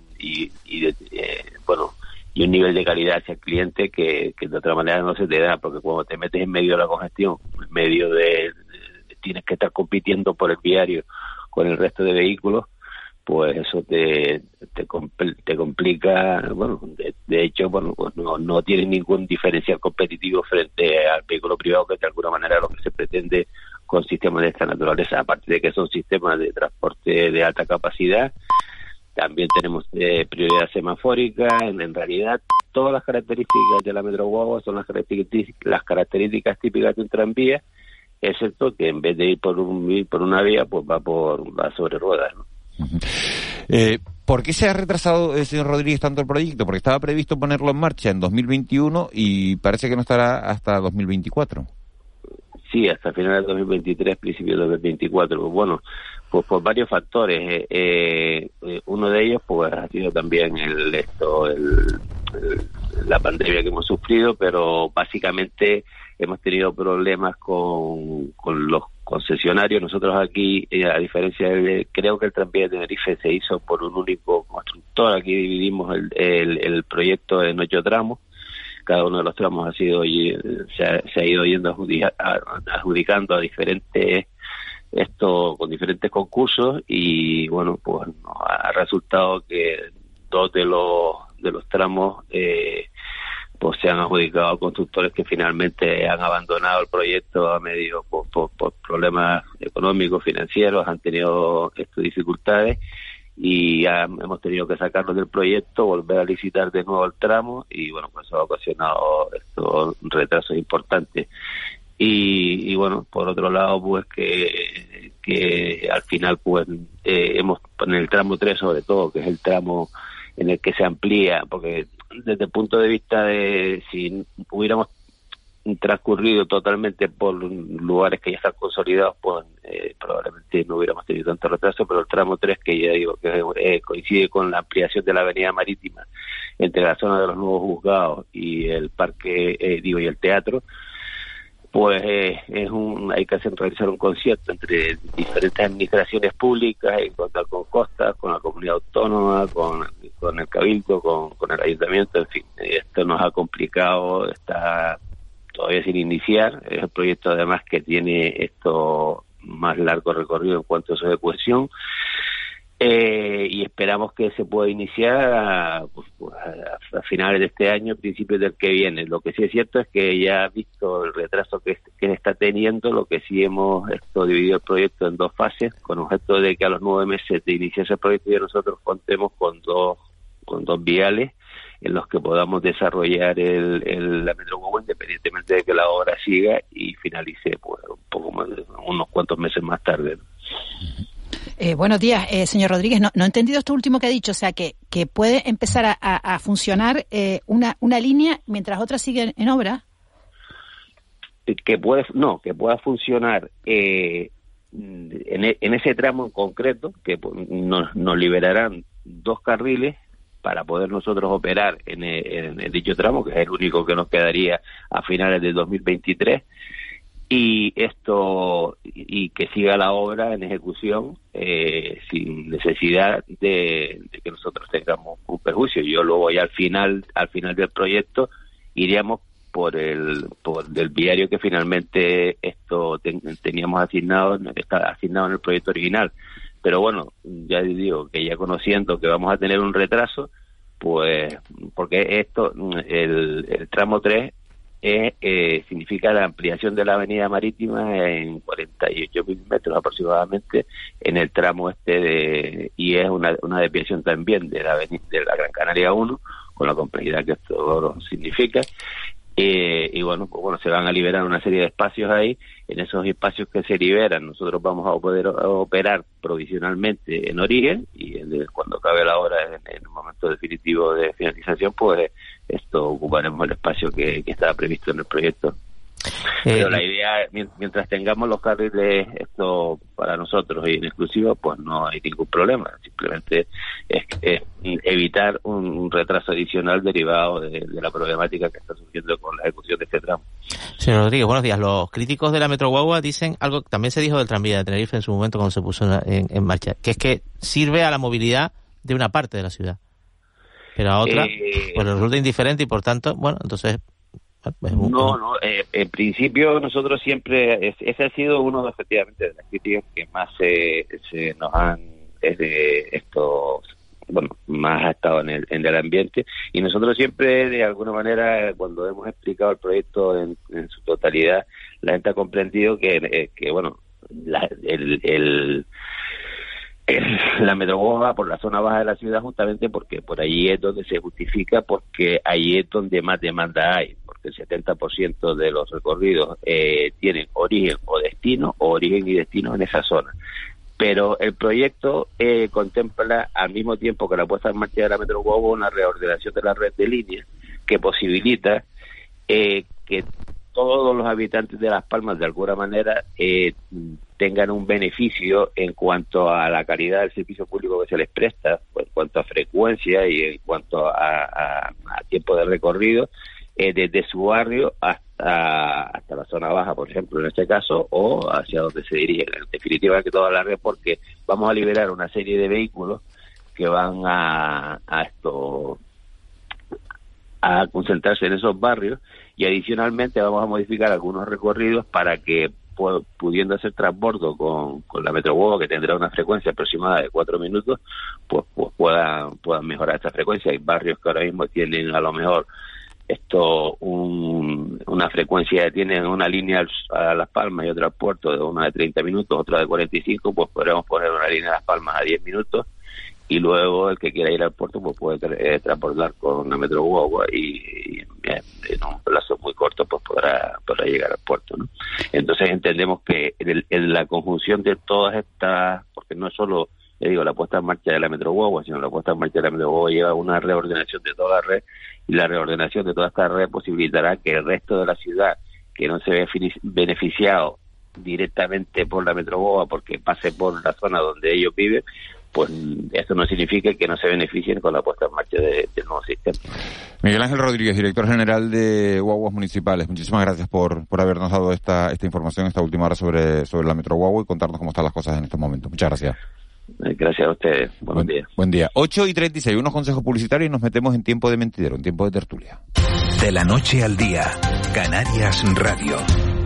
nivel de calidad hacia el cliente que de otra manera no se te da, porque cuando te metes en medio de la congestión, en medio de tienes que estar compitiendo por el viario con el resto de vehículos, pues eso te complica. Bueno, de hecho, pues no tienes ningún diferencial competitivo frente al vehículo privado, que de alguna manera es lo que se pretende con sistemas de esta naturaleza, aparte de que son sistemas de transporte de alta capacidad. También tenemos prioridad semafórica. En realidad, todas las características de la Metro Guagua son las características típicas de un tranvía, excepto que en vez de ir por una vía, pues va sobre ruedas, ¿no? ¿Por qué se ha retrasado, señor Rodríguez, tanto el proyecto? Porque estaba previsto ponerlo en marcha en 2021 y parece que no estará hasta 2024. Sí, hasta finales de 2023, principios de 2024. Bueno, pues por varios factores. Uno de ellos pues ha sido también la pandemia que hemos sufrido, pero básicamente hemos tenido problemas con los concesionarios. Nosotros aquí, a diferencia creo que el tranvía de Tenerife se hizo por un único constructor. Aquí dividimos el proyecto en 8 tramos. Cada uno de los tramos se ha ido yendo adjudicando a con diferentes concursos, y bueno, pues ha resultado que 2 de los tramos pues se han adjudicado a constructores que finalmente han abandonado el proyecto a medio por problemas económicos, financieros, han tenido dificultades, y hemos tenido que sacarlos del proyecto, volver a licitar de nuevo el tramo, y bueno, pues eso ha ocasionado estos retrasos importantes. Y bueno, por otro lado, pues que al final pues hemos, en el tramo 3 sobre todo, que es el tramo en el que se amplía, porque desde el punto de vista de si hubiéramos transcurrido totalmente por lugares que ya están consolidados, pues probablemente no hubiéramos tenido tanto retraso, pero el tramo 3, que ya digo que coincide con la ampliación de la avenida marítima entre la zona de los nuevos juzgados y el parque, y el teatro, pues hay que realizar un concierto entre diferentes administraciones públicas, y contar con Costas, con la comunidad autónoma, con el Cabildo, con el ayuntamiento, en fin. Esto nos ha complicado, está todavía sin iniciar. Es el proyecto además que tiene esto más largo recorrido en cuanto a su ejecución, y esperamos que se pueda iniciar a finales de este año, principios del que viene. Lo que sí es cierto es que ya visto el retraso que está teniendo, lo que sí hemos dividido el proyecto en 2 fases, con objeto de que a los 9 meses de iniciarse el proyecto ya nosotros contemos con dos viales en los que podamos desarrollar la Metro Guagua, independientemente de que la obra siga y finalice pues unos cuantos meses más tarde, ¿no? Buenos días, señor Rodríguez. No he entendido esto último que ha dicho, o sea, que puede empezar a funcionar una línea mientras otras siguen en obra. Que pueda funcionar en ese tramo en concreto, que nos liberarán 2 carriles para poder nosotros operar en dicho tramo, que es el único que nos quedaría a finales de 2023. Y que siga la obra en ejecución sin necesidad de que nosotros tengamos un perjuicio. Yo luego ya al final del proyecto iríamos por del viario que finalmente teníamos asignado en el proyecto original. Pero bueno, ya digo que ya conociendo que vamos a tener un retraso, pues porque el tramo 3 significa la ampliación de la avenida marítima en 48.000 metros aproximadamente en el tramo y es una desviación también de la Gran Canaria 1, con la complejidad que esto significa. Y bueno, pues bueno, se van a liberar una serie de espacios ahí. En esos espacios que se liberan, nosotros vamos a poder operar provisionalmente en origen, y cuando acabe la obra, en el momento definitivo de finalización, pues ocuparemos el espacio que estaba previsto en el proyecto. Pero la idea, mientras tengamos los carriles para nosotros y en exclusiva, pues no hay ningún problema. Simplemente es evitar un retraso adicional derivado de la problemática que está surgiendo con la ejecución de este tramo. Señor Rodríguez, buenos días. Los críticos de la Metro Guagua dicen algo que también se dijo del tranvía de Tenerife en su momento cuando se puso en marcha, que es que sirve a la movilidad de una parte de la ciudad, pero a otra pues resulta indiferente y por tanto, bueno, entonces... en principio nosotros siempre, ese ha sido uno efectivamente de las críticas que más se nos han, más ha estado en el ambiente, y nosotros siempre de alguna manera cuando hemos explicado el proyecto en su totalidad, la gente ha comprendido que la Metro Guagua por la zona baja de la ciudad justamente porque por allí es donde se justifica, porque ahí es donde más demanda hay, porque el 70% de los recorridos tienen origen y destino en esa zona. Pero el proyecto contempla al mismo tiempo que la puesta en marcha de la Metro Guagua una reordenación de la red de líneas que posibilita que todos los habitantes de Las Palmas de alguna manera tengan un beneficio en cuanto a la calidad del servicio público que se les presta, en cuanto a frecuencia y en cuanto a tiempo de recorrido, desde su barrio hasta la zona baja, por ejemplo, en este caso, o hacia donde se dirigen. En definitiva, que toda la red, porque vamos a liberar una serie de vehículos que van a concentrarse en esos barrios, y adicionalmente vamos a modificar algunos recorridos para que, pudiendo hacer transbordo con la Metro Guagua, que tendrá una frecuencia aproximada de 4 minutos, pues puedan mejorar esta frecuencia. Hay barrios que ahora mismo tienen a lo mejor una frecuencia, tienen una línea a Las Palmas y otra al puerto de una de 30 minutos, otra de 45, pues podremos poner una línea a Las Palmas a 10 minutos, y luego el que quiera ir al puerto pues puede transbordar con la Metro Guagua y en un plazo muy corto pues podrá llegar al puerto, ¿no? Entonces entendemos que en la conjunción de todas estas, porque no es solo la puesta en marcha de la Metro Guagua, sino la puesta en marcha de la Metro Guagua lleva una reordenación de toda la red, y la reordenación de toda esta red posibilitará que el resto de la ciudad, que no se ve beneficiado directamente por la Metro Guagua porque pase por la zona donde ellos viven, pues eso no significa que no se beneficien con la puesta en marcha del nuevo sistema. Miguel Ángel Rodríguez, director general de Guaguas Municipales, muchísimas gracias por habernos dado esta información, esta última hora sobre la Metro Guagua, y contarnos cómo están las cosas en estos momentos. Muchas gracias. Gracias a ustedes. Buenos días. Buen día. 8:36, unos consejos publicitarios y nos metemos en tiempo de mentidero, en tiempo de tertulia. De la noche al día, Canarias Radio.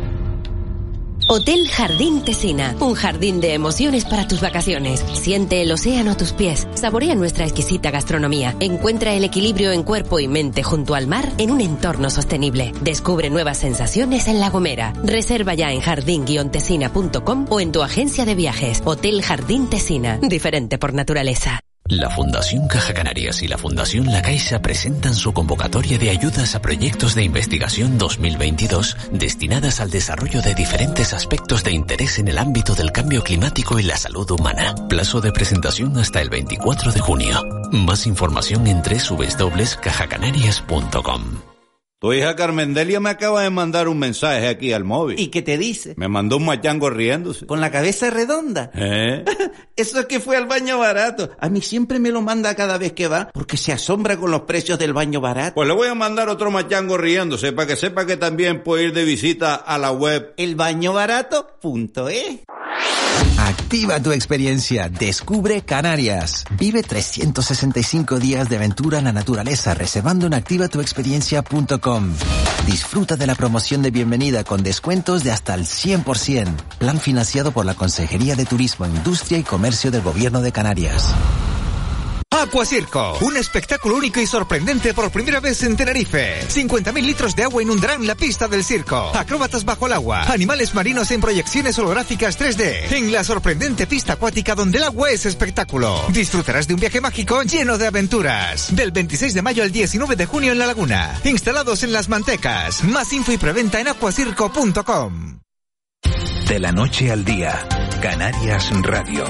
Hotel Jardín Tesina, un jardín de emociones para tus vacaciones. Siente el océano a tus pies, saborea nuestra exquisita gastronomía, encuentra el equilibrio en cuerpo y mente junto al mar en un entorno sostenible. Descubre nuevas sensaciones en La Gomera. Reserva ya en jardin-tesina.com o en tu agencia de viajes. Hotel Jardín Tesina, diferente por naturaleza. La Fundación Caja Canarias y la Fundación La Caixa presentan su convocatoria de ayudas a proyectos de investigación 2022 destinadas al desarrollo de diferentes aspectos de interés en el ámbito del cambio climático y la salud humana. Plazo de presentación hasta el 24 de junio. Más información en www.cajacanarias.com. Tu hija Carmendelia me acaba de mandar un mensaje aquí al móvil. ¿Y qué te dice? Me mandó un machango riéndose. ¿Con la cabeza redonda? Eso es que fue al baño barato. A mí siempre me lo manda cada vez que va, porque se asombra con los precios del baño barato. Pues le voy a mandar otro machango riéndose, para que sepa que también puede ir de visita a la web elbañobarato.es. Activa tu experiencia, descubre Canarias. Vive 365 días de aventura en la naturaleza reservando en activatuexperiencia.com. Disfruta de la promoción de bienvenida con descuentos de hasta el 100%. Plan financiado por la Consejería de Turismo, Industria y Comercio del Gobierno de Canarias. Aquacirco, un espectáculo único y sorprendente por primera vez en Tenerife. 50.000 litros de agua inundarán la pista del circo. Acróbatas bajo el agua, animales marinos en proyecciones holográficas 3D, en la sorprendente pista acuática donde el agua es espectáculo. Disfrutarás de un viaje mágico lleno de aventuras. Del 26 de mayo al 19 de junio en La Laguna. Instalados en Las Mantecas. Más info y preventa en aquacirco.com. De la noche al día, Canarias Radio.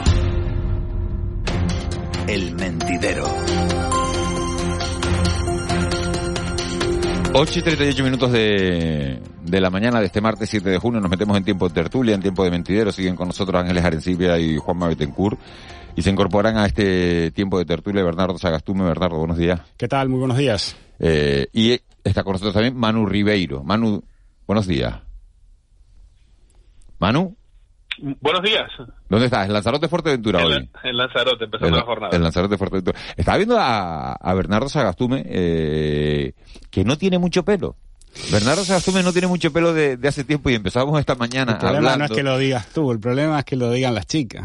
El mentidero. 8:38 de la mañana de este martes 7 de junio. Nos metemos en tiempo de tertulia, en tiempo de mentidero. Siguen con nosotros Ángeles Arencibia y Juanma Betancourt. Y se incorporan a este tiempo de tertulia Bernardo Sagastume. Bernardo, buenos días. ¿Qué tal? Muy buenos días. Y está con nosotros también Manu Ribeiro. Manu, buenos días. Manu. Buenos días. ¿Dónde estás? ¿En Lanzarote, Fuerteventura hoy? En Lanzarote, empezando la jornada. En Lanzarote, Fuerteventura. Estaba viendo a Bernardo Sagastume, que no tiene mucho pelo. Bernardo Sagastume no tiene mucho pelo de hace tiempo y empezamos esta mañana hablando. El problema no es que lo digas tú, el problema es que lo digan las chicas.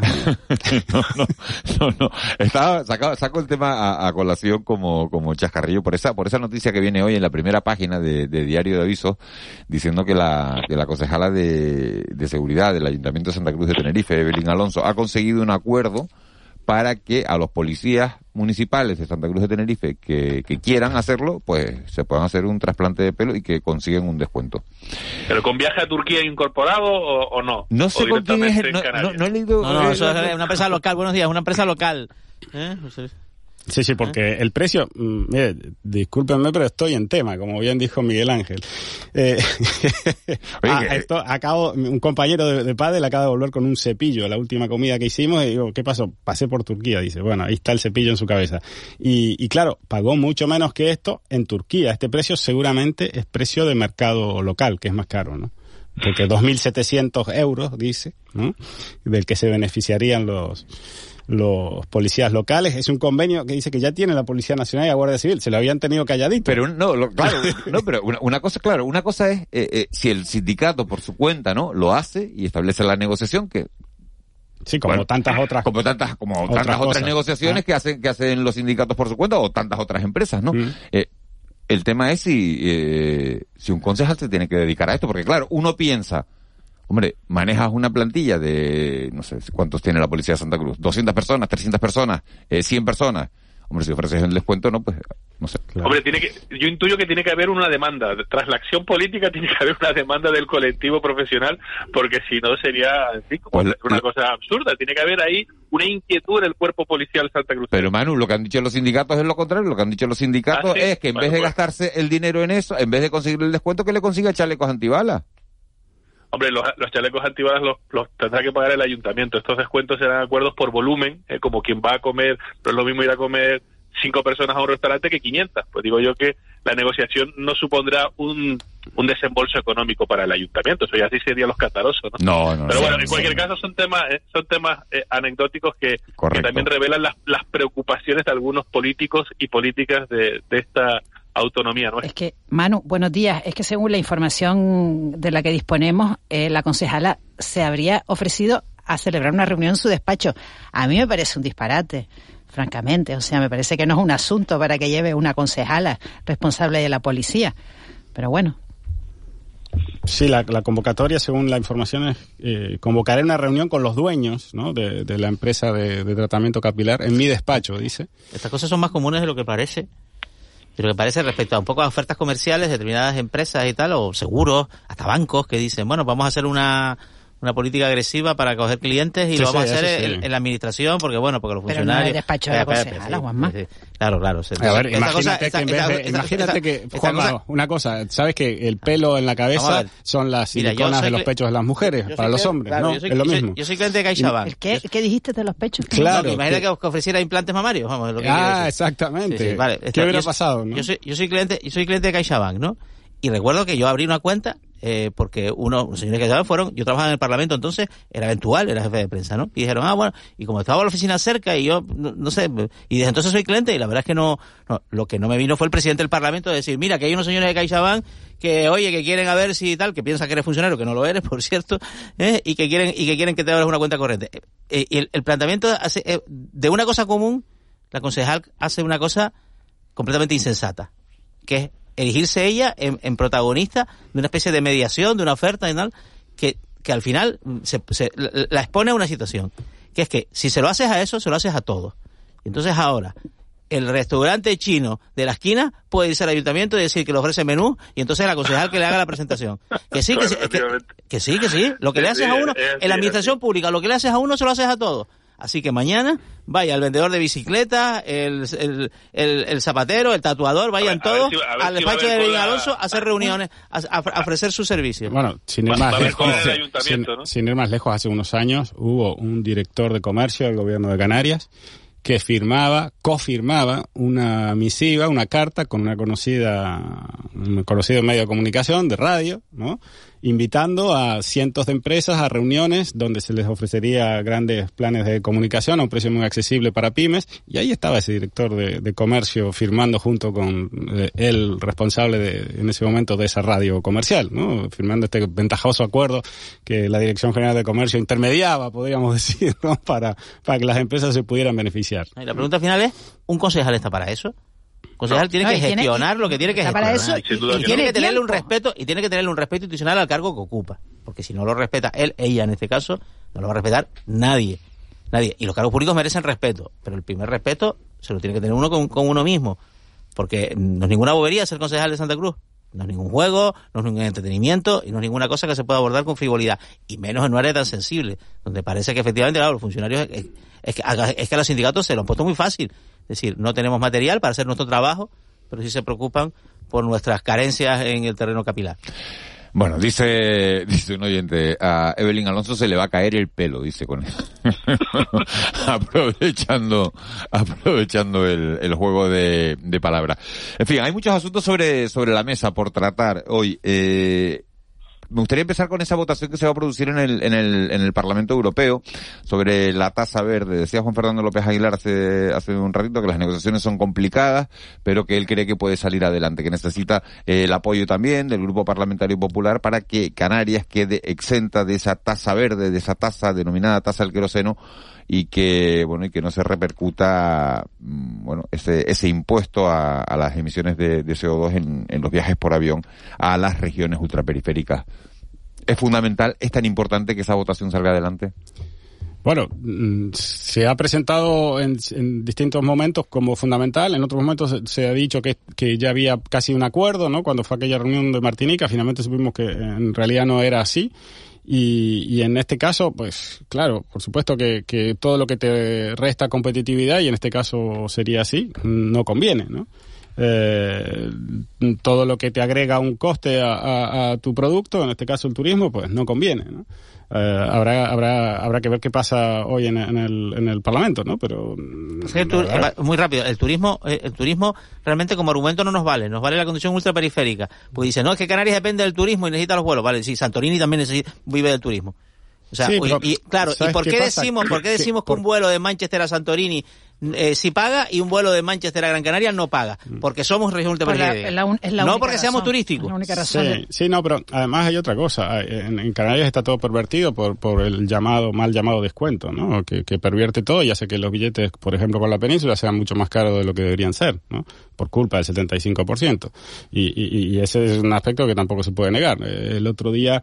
No. Saco el tema a colación como chascarrillo por esa noticia que viene hoy en la primera página de Diario de Avisos, diciendo que la concejala de seguridad del Ayuntamiento de Santa Cruz de Tenerife, Evelyn Alonso, ha conseguido un acuerdo para que a los policías municipales de Santa Cruz de Tenerife que quieran hacerlo, pues se puedan hacer un trasplante de pelo y que consigan un descuento. ¿Pero con viaje a Turquía incorporado o no? No sé con quién es, no he leído... No, eso es una empresa local, buenos días, una empresa local. Sí, porque el precio, mire, discúlpenme, pero estoy en tema, como bien dijo Miguel Ángel. Un compañero de pádel acaba de volver con un cepillo a la última comida que hicimos y digo, ¿qué pasó? Pasé por Turquía, dice. Bueno, ahí está el cepillo en su cabeza. Y claro, pagó mucho menos que esto en Turquía. Este precio seguramente es precio de mercado local, que es más caro, ¿no? Porque 2.700 euros, dice, ¿no? Del que se beneficiarían los policías locales. Es un convenio que dice que ya tiene la Policía Nacional y la Guardia Civil. Se lo habían tenido calladito. Pero pero una cosa es si el sindicato por su cuenta, ¿no? Lo hace y establece la negociación que... Sí, como tantas otras negociaciones que hacen los sindicatos por su cuenta o tantas otras empresas, ¿no? El tema es si un concejal se tiene que dedicar a esto, porque claro, uno piensa, hombre, manejas una plantilla de, no sé, ¿cuántos tiene la Policía de Santa Cruz? 200 personas, 300 personas, 100 personas. Hombre, si ofreces el descuento, no, pues, no sé. Claro. Hombre, yo intuyo que tiene que haber una demanda. Tras la acción política tiene que haber una demanda del colectivo profesional, porque si no sería, en fin, como una cosa absurda. Tiene que haber ahí una inquietud en el cuerpo policial Santa Cruz. Pero Manu, lo que han dicho los sindicatos es lo contrario. Lo que han dicho los sindicatos es que en vez de gastarse el dinero en eso, en vez de conseguir el descuento, que le consiga chalecos antibalas. Hombre, los chalecos antibalas los tendrá que pagar el ayuntamiento. Estos descuentos serán acuerdos por volumen, como quien va a comer, no es lo mismo ir a comer 5 personas a un restaurante que 500. Pues digo yo que la negociación no supondrá un desembolso económico para el ayuntamiento. Eso ya sí sería los catarosos, ¿no? Pero bueno, en cualquier caso son temas anecdóticos que también revelan las preocupaciones de algunos políticos y políticas de esta autonomía nuestra. Es que, Manu, buenos días. Es que según la información de la que disponemos, la concejala se habría ofrecido a celebrar una reunión en su despacho. A mí me parece un disparate, francamente. O sea, me parece que no es un asunto para que lleve una concejala responsable de la policía. Pero bueno. Sí, la convocatoria, según la información, es convocaré una reunión con los dueños, ¿no? de la empresa de tratamiento capilar en mi despacho, dice. Estas cosas son más comunes de lo que parece. De lo que parece respecto a un poco a ofertas comerciales de determinadas empresas y tal, o seguros, hasta bancos que dicen, bueno, vamos a hacer una política agresiva para coger clientes y lo vamos a hacer en la administración, porque los funcionarios... Pero no en el despacho de la concejala, Juanma. Claro. A ver, imagínate que, Juanma, una cosa, ¿sabes que el pelo en la cabeza son las siliconas de los pechos de las mujeres, para los hombres, claro, ¿no? Es lo mismo. Yo soy cliente de CaixaBank. ¿Qué dijiste de los pechos? Claro. Imagínate que ofreciera implantes mamarios, vamos, lo que exactamente. Sí, vale. ¿Qué hubiera pasado, no? Yo soy cliente de CaixaBank, ¿no? Y recuerdo que yo abrí una cuenta porque unos señores que yo trabajaba en el Parlamento entonces, era eventual, era jefe de prensa, ¿no? Y dijeron, bueno, y como estaba la oficina cerca y yo, no sé, y desde entonces soy cliente y la verdad es que no, lo que no me vino fue el presidente del Parlamento de decir, mira, que hay unos señores de CaixaBank que, oye, que quieren a ver si tal, que piensan que eres funcionario, que no lo eres, por cierto, y que quieren que te abras una cuenta corriente. Y el planteamiento hace, de una cosa común, la concejal hace una cosa completamente insensata, que es erigirse ella en protagonista de una especie de mediación, de una oferta y tal, que al final la expone a una situación, que es que si se lo haces a eso, se lo haces a todo. Entonces ahora, el restaurante chino de la esquina puede irse al ayuntamiento y decir que le ofrece menú, y entonces la concejal que le haga la presentación. Que sí. Lo que le haces a uno, en la administración pública, lo que le haces a uno, se lo haces a todos. Así que mañana vaya el vendedor de bicicletas, el zapatero, el tatuador, vayan todos al despacho de Evelyn Alonso a hacer reuniones, a ofrecer sus servicios. Bueno, sin ir más lejos, hace unos años hubo un director de comercio del gobierno de Canarias que cofirmaba una misiva, una carta con un conocido medio de comunicación, de radio, ¿no?, invitando a cientos de empresas a reuniones donde se les ofrecería grandes planes de comunicación a un precio muy accesible para pymes, y ahí estaba ese director de comercio firmando junto con el responsable en ese momento de esa radio comercial, ¿no?, firmando este ventajoso acuerdo que la Dirección General de Comercio intermediaba, podríamos decir, ¿no?, para que las empresas se pudieran beneficiar. Y la pregunta final es, ¿un concejal está para eso? El concejal tiene que gestionar lo que tiene que gestionar. Para eso, y tiene que tenerle un respeto institucional al cargo que ocupa, porque si no lo respeta ella en este caso, no lo va a respetar nadie. Y los cargos públicos merecen respeto, pero el primer respeto se lo tiene que tener uno con uno mismo, porque no es ninguna bobería ser concejal de Santa Cruz. No es ningún juego, no es ningún entretenimiento y no es ninguna cosa que se pueda abordar con frivolidad, y menos en un área tan sensible, donde parece que efectivamente, claro, los funcionarios es que a los sindicatos se lo han puesto muy fácil. Es decir, no tenemos material para hacer nuestro trabajo, pero sí se preocupan por nuestras carencias en el terreno capilar. Bueno, dice un oyente, a Evelyn Alonso se le va a caer el pelo, dice con eso. aprovechando el juego de palabras. En fin, hay muchos asuntos sobre la mesa por tratar hoy. Me gustaría empezar con esa votación que se va a producir en el Parlamento Europeo sobre la tasa verde. Decía Juan Fernando López Aguilar hace un ratito que las negociaciones son complicadas, pero que él cree que puede salir adelante, que necesita el apoyo también del Grupo Parlamentario Popular para que Canarias quede exenta de esa tasa verde, de esa tasa denominada tasa al queroseno, y que no se repercuta ese impuesto a las emisiones de CO2 en los viajes por avión a las regiones ultraperiféricas. ¿Es fundamental, es tan importante que esa votación salga adelante? Bueno, se ha presentado en distintos momentos como fundamental. En otros momentos se ha dicho que ya había casi un acuerdo, ¿no?, cuando fue aquella reunión de Martinica. Finalmente supimos que en realidad no era así. Y en este caso, pues claro, por supuesto que todo lo que te resta competitividad, y en este caso sería así, no conviene, ¿no? Todo lo que te agrega un coste a tu producto, en este caso el turismo, pues no conviene, ¿no? Habrá que ver qué pasa hoy en el Parlamento, ¿no? Pero muy rápido, el turismo realmente como argumento no nos vale la condición ultraperiférica, porque dice, no, es que Canarias depende del turismo y necesita los vuelos, vale, sí, Santorini también vive del turismo. O sea, sí, ¿y por qué decimos que un vuelo de Manchester a Santorini sí paga y un vuelo de Manchester a Gran Canaria no paga? Porque somos región ultraperiférica. No porque seamos turísticos. Es la única razón. Sí, no, pero además hay otra cosa. En Canarias está todo pervertido por el mal llamado descuento, ¿no? Que pervierte todo y hace que los billetes, por ejemplo, con la península sean mucho más caros de lo que deberían ser, ¿no?, por culpa del 75%. Y ese es un aspecto que tampoco se puede negar. El otro día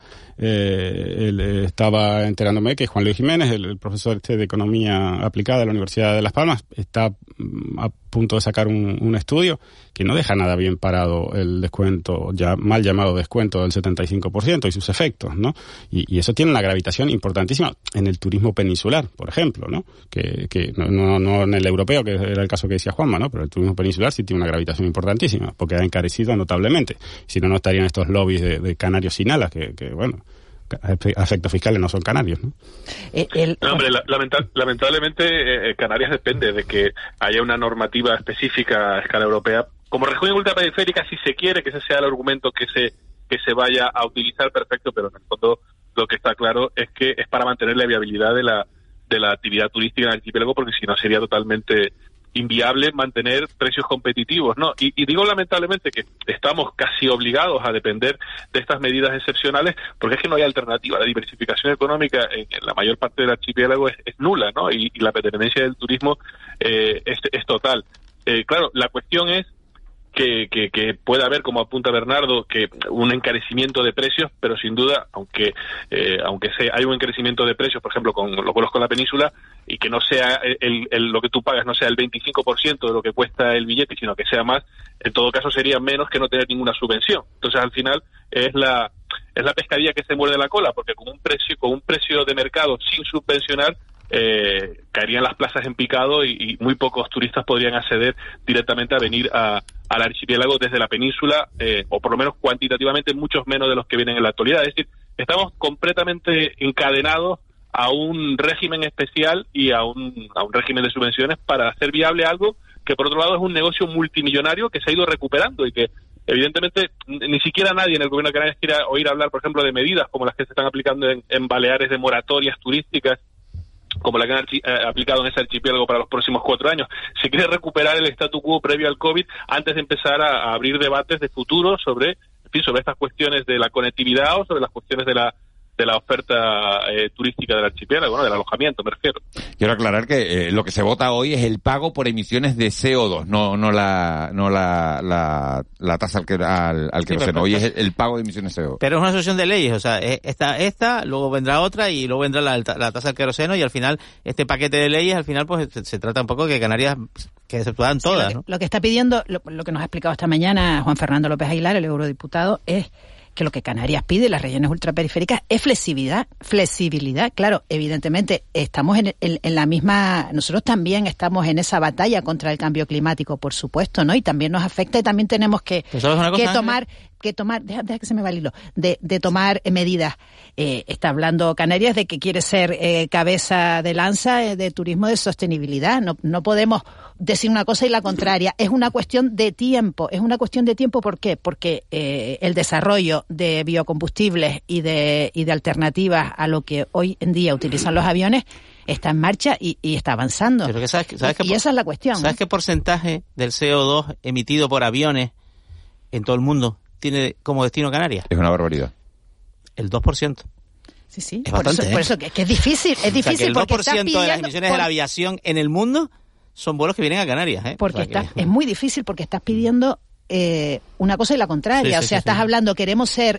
estaba enterándome que Juan Luis Jiménez, el profesor de Economía Aplicada de la Universidad de Las Palmas, está a punto de sacar un estudio que no deja nada bien parado el descuento, ya mal llamado descuento del 75% y sus efectos, ¿no? Y eso tiene una gravitación importantísima en el turismo peninsular, por ejemplo, ¿no? Que no en el europeo, que era el caso que decía Juanma, ¿no? Pero el turismo peninsular sí tiene una gravitación importantísima, porque ha encarecido notablemente. Si no estarían estos lobbies de canarios sin alas, que a efectos fiscales no son canarios, ¿no? Hombre, lamentablemente Canarias depende de que haya una normativa específica a escala europea. Como región ultraperiférica, si se quiere que ese sea el argumento que se vaya a utilizar, perfecto, pero en el fondo lo que está claro es que es para mantener la viabilidad de la actividad turística en el archipiélago, porque si no sería totalmente inviable mantener precios competitivos, ¿no? Y digo lamentablemente que estamos casi obligados a depender de estas medidas excepcionales, porque es que no hay alternativa. La diversificación económica en la mayor parte del archipiélago es nula, ¿no? Y la dependencia del turismo es total. Claro, la cuestión es que puede haber, como apunta Bernardo, que un encarecimiento de precios, pero sin duda, aunque hay un encarecimiento de precios, por ejemplo, con los vuelos con la península, y que no sea lo que tú pagas no sea el 25% de lo que cuesta el billete, sino que sea más, en todo caso sería menos que no tener ninguna subvención. Entonces, al final, es la pescadilla que se muerde la cola, porque con un precio de mercado sin subvencionar, caerían las plazas en picado y muy pocos turistas podrían acceder directamente a venir al archipiélago desde la península, o por lo menos cuantitativamente muchos menos de los que vienen en la actualidad. Es decir, estamos completamente encadenados a un régimen especial y a un régimen de subvenciones para hacer viable algo que por otro lado es un negocio multimillonario que se ha ido recuperando y que evidentemente ni siquiera nadie en el gobierno de Canarias quiere oír hablar, por ejemplo, de medidas como las que se están aplicando en Baleares de moratorias turísticas, como la que han aplicado en ese archipiélago para los próximos 4 años. Se quiere recuperar el statu quo previo al COVID antes de empezar a abrir debates de futuro sobre estas cuestiones de la conectividad o sobre las cuestiones de la oferta turística del archipiélago, ¿no? Del alojamiento, me refiero. Quiero aclarar que lo que se vota hoy es el pago por emisiones de CO2, no la tasa al queroseno. Hoy es el pago de emisiones de CO2. Pero es una asociación de leyes, o sea, esta, luego vendrá otra y luego vendrá la tasa al queroseno y al final este paquete de leyes, al final pues se trata un poco de que Canarias que se puedan todas, sí, ¿no? Lo que está pidiendo, lo que nos ha explicado esta mañana Juan Fernando López Aguilar, el eurodiputado, es que lo que Canarias pide, las regiones ultraperiféricas, es flexibilidad. Claro, evidentemente estamos en la misma, nosotros también estamos en esa batalla contra el cambio climático, por supuesto, ¿no? Y también nos afecta y también tenemos que tomar, deja que se me va el hilo, de tomar medidas. Está hablando Canarias de que quiere ser cabeza de lanza de turismo de sostenibilidad. No podemos decir una cosa y la contraria. Es una cuestión de tiempo. ¿Por qué? Porque el desarrollo de biocombustibles y de alternativas a lo que hoy en día utilizan los aviones está en marcha y está avanzando. Pero esa es la cuestión. ¿Sabes qué porcentaje del CO2 emitido por aviones en todo el mundo tiene como destino Canarias? Es una barbaridad. El 2%. Sí. Es bastante, por eso que es difícil. Es difícil, o sea, que el 2% de las emisiones de la aviación en el mundo son vuelos que vienen a Canarias, ¿eh? Porque es muy difícil porque estás pidiendo una cosa y la contraria. Estás hablando, queremos ser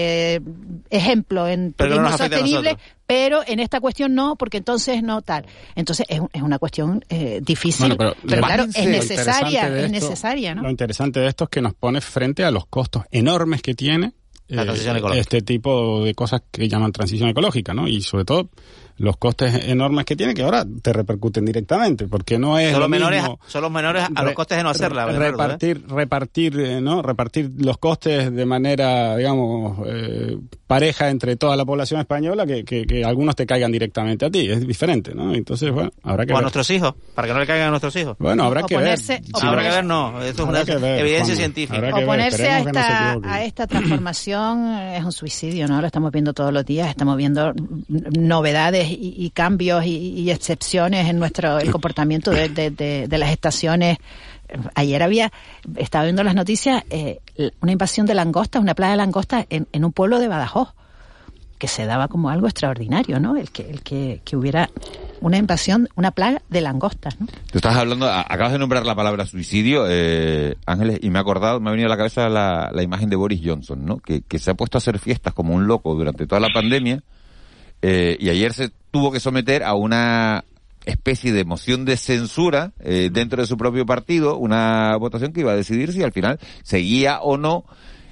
ejemplo en turismo sostenible, pero en esta cuestión no, porque entonces no tal. Entonces es una cuestión difícil, pero claro, es necesaria, ¿no? Lo interesante de esto es que nos pone frente a los costos enormes que tiene este tipo de cosas que llaman transición ecológica, ¿no? Y sobre todo los costes enormes que tiene, que ahora te repercuten directamente, porque no es son los menores a los costes de no hacerla. Repartir los costes de manera, digamos, pareja entre toda la población española, que algunos te caigan directamente a ti, es diferente, ¿no? Entonces, bueno, habrá que ver. O a nuestros hijos, para que no le caigan a nuestros hijos. Bueno, habrá que ver. Habrá que ver, no, eso es una evidencia científica. Oponerse a esta transformación es un suicidio, ¿no? Lo estamos viendo todos los días, estamos viendo novedades y cambios y excepciones en el comportamiento de las estaciones. Ayer estaba viendo las noticias, una invasión de langostas, una plaga de langostas en un pueblo de Badajoz, que se daba como algo extraordinario, ¿no? El que hubiera una invasión, una plaga de langostas, ¿no? Tú estás hablando, acabas de nombrar la palabra suicidio, Ángeles, y me ha venido a la cabeza la imagen de Boris Johnson, ¿no? Que se ha puesto a hacer fiestas como un loco durante toda la pandemia, y ayer se tuvo que someter a una especie de moción de censura dentro de su propio partido, una votación que iba a decidir si al final seguía o no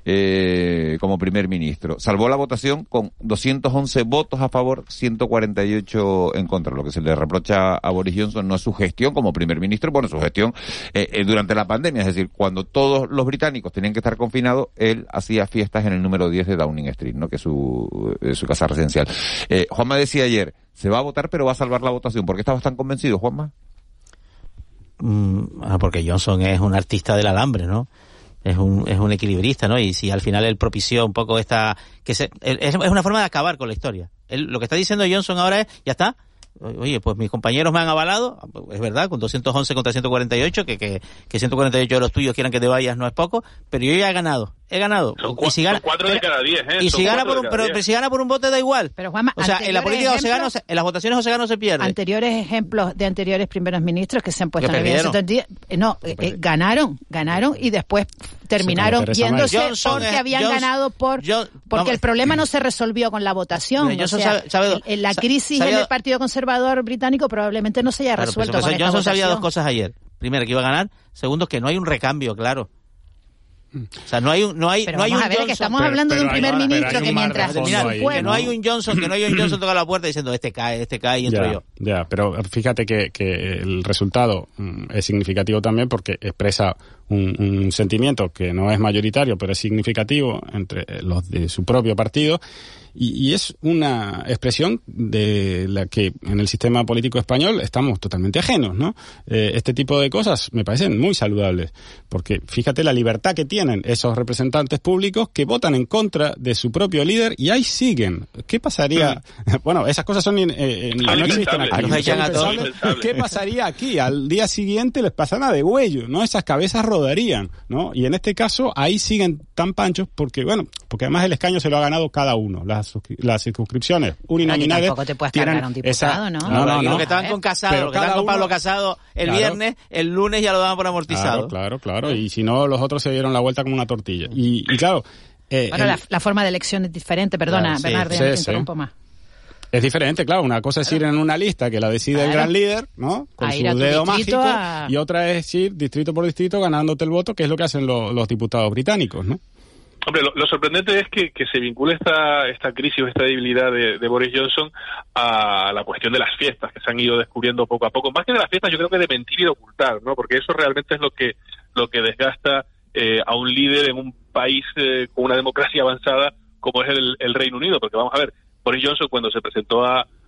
como primer ministro. Salvó la votación con 211 votos a favor, 148 en contra. Lo que se le reprocha a Boris Johnson no es su gestión como primer ministro, bueno, su gestión durante la pandemia, es decir, cuando todos los británicos tenían que estar confinados, él hacía fiestas en el número 10 de Downing Street, ¿no? Que es su casa residencial. Juanma decía ayer, se va a votar pero va a salvar la votación. ¿Por qué estabas tan convencido, Juanma? Porque Johnson es un artista del alambre, ¿no? Es un equilibrista, ¿no? Y si al final él propició un poco es una forma de acabar con la historia. Lo que está diciendo Johnson ahora es, ya está, oye, pues mis compañeros me han avalado, es verdad, con 211 contra 148, que 148 de los tuyos quieran que te vayas no es poco, pero yo ya he ganado. Son 4 de cada 10, ¿eh? Y si gana pero si gana por un voto da igual. Pero Juanma, o sea, en la política o se gana, en las votaciones o se gana o se pierde. Anteriores ejemplos de anteriores primeros ministros que se han puesto en evidencia, ganaron y después terminaron yéndose porque habían ganado porque el problema no se resolvió con la votación. La crisis en el Partido Conservador británico probablemente no se haya resuelto con esta Johnson votación. sabía dos cosas ayer. Primero, que iba a ganar. Segundo, que no hay un recambio, claro. O sea, no hay un Johnson, que estamos hablando de un primer ministro que mientras que no hay un Johnson toca la puerta diciendo este cae y entro yo. Ya, pero fíjate que el resultado es significativo también porque expresa un sentimiento que no es mayoritario, pero es significativo entre los de su propio partido. Y es una expresión de la que en el sistema político español estamos totalmente ajenos, ¿no? Este tipo de cosas me parecen muy saludables, porque fíjate la libertad que tienen esos representantes públicos que votan en contra de su propio líder y ahí siguen. ¿Qué pasaría? Bueno, esas cosas no existen aquí. ¿Qué pasaría aquí? Al día siguiente les pasan a degüello, ¿no? Esas cabezas rodarían, ¿no? Y en este caso ahí siguen tan panchos porque además el escaño se lo ha ganado cada uno. Las circunscripciones uninominales tampoco te puedes cargar a un diputado, ¿no? No. Los que estaban con Casado, los que estaban con Pablo Casado el viernes, el lunes ya lo daban por amortizado. Claro. Y si no, los otros se dieron la vuelta como una tortilla. Y claro... la forma de elección es diferente, perdona, Bernardo, te interrumpo más. Es diferente, claro. Una cosa es ir en una lista que la decide el gran líder, ¿no? Con su dedo mágico. Y otra es ir distrito por distrito ganándote el voto, que es lo que hacen los diputados británicos, ¿no? Hombre, lo sorprendente es que se vincule esta crisis o esta debilidad de Boris Johnson a la cuestión de las fiestas que se han ido descubriendo poco a poco. Más que de las fiestas, yo creo que de mentir y de ocultar, ¿no? Porque eso realmente es lo que desgasta a un líder en un país con una democracia avanzada como es el Reino Unido. Porque vamos a ver, Boris Johnson cuando se presentó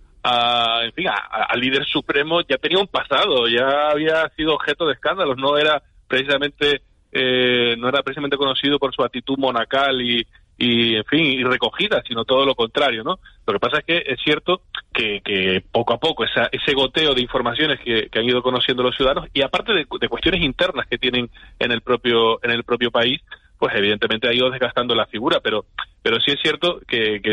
al líder supremo ya tenía un pasado, ya había sido objeto de escándalos, no era precisamente conocido por su actitud monacal y recogida, sino todo lo contrario, ¿no? Lo que pasa es que es cierto que poco a poco ese goteo de informaciones que han ido conociendo los ciudadanos y aparte de cuestiones internas que tienen en el propio país, pues evidentemente ha ido desgastando la figura, pero sí es cierto que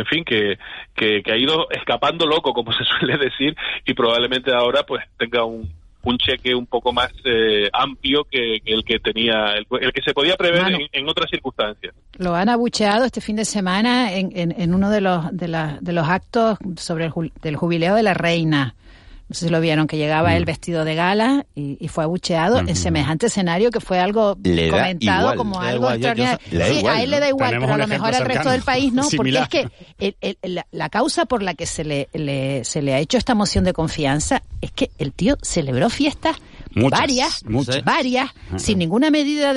ha ido escapando loco, como se suele decir, y probablemente ahora pues tenga un cheque un poco más amplio que el que tenía, el que se podía prever en otras circunstancias. Lo han abucheado este fin de semana en uno de los actos sobre del jubileo de la reina. No sé si lo vieron, que llegaba él vestido de gala y fue abucheado en semejante escenario que fue algo comentado como algo extraordinario. A él le da igual, pero a lo mejor al resto del país no, porque es que la causa por la que se le ha hecho esta moción de confianza es que el tío celebró fiestas varias, sin ninguna medida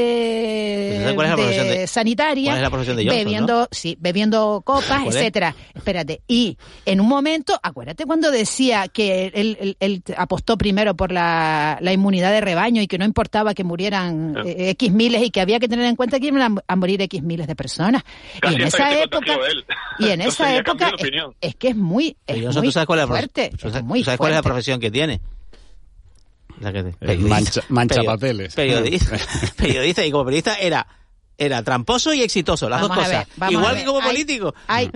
sanitaria, ¿cuál es la profesión de Johnson, bebiendo copas, etcétera. Espérate, y en un momento, acuérdate cuando decía que él apostó primero por la inmunidad de rebaño y que no importaba que murieran X miles y que había que tener en cuenta que iban a morir X miles de personas. Casi y en esa época es que es muy fuerte. ¿Tú sabes cuál es la profesión que tiene? Manchapapeles. Periodista, y como periodista era tramposo y exitoso, las dos cosas. Igual que como político.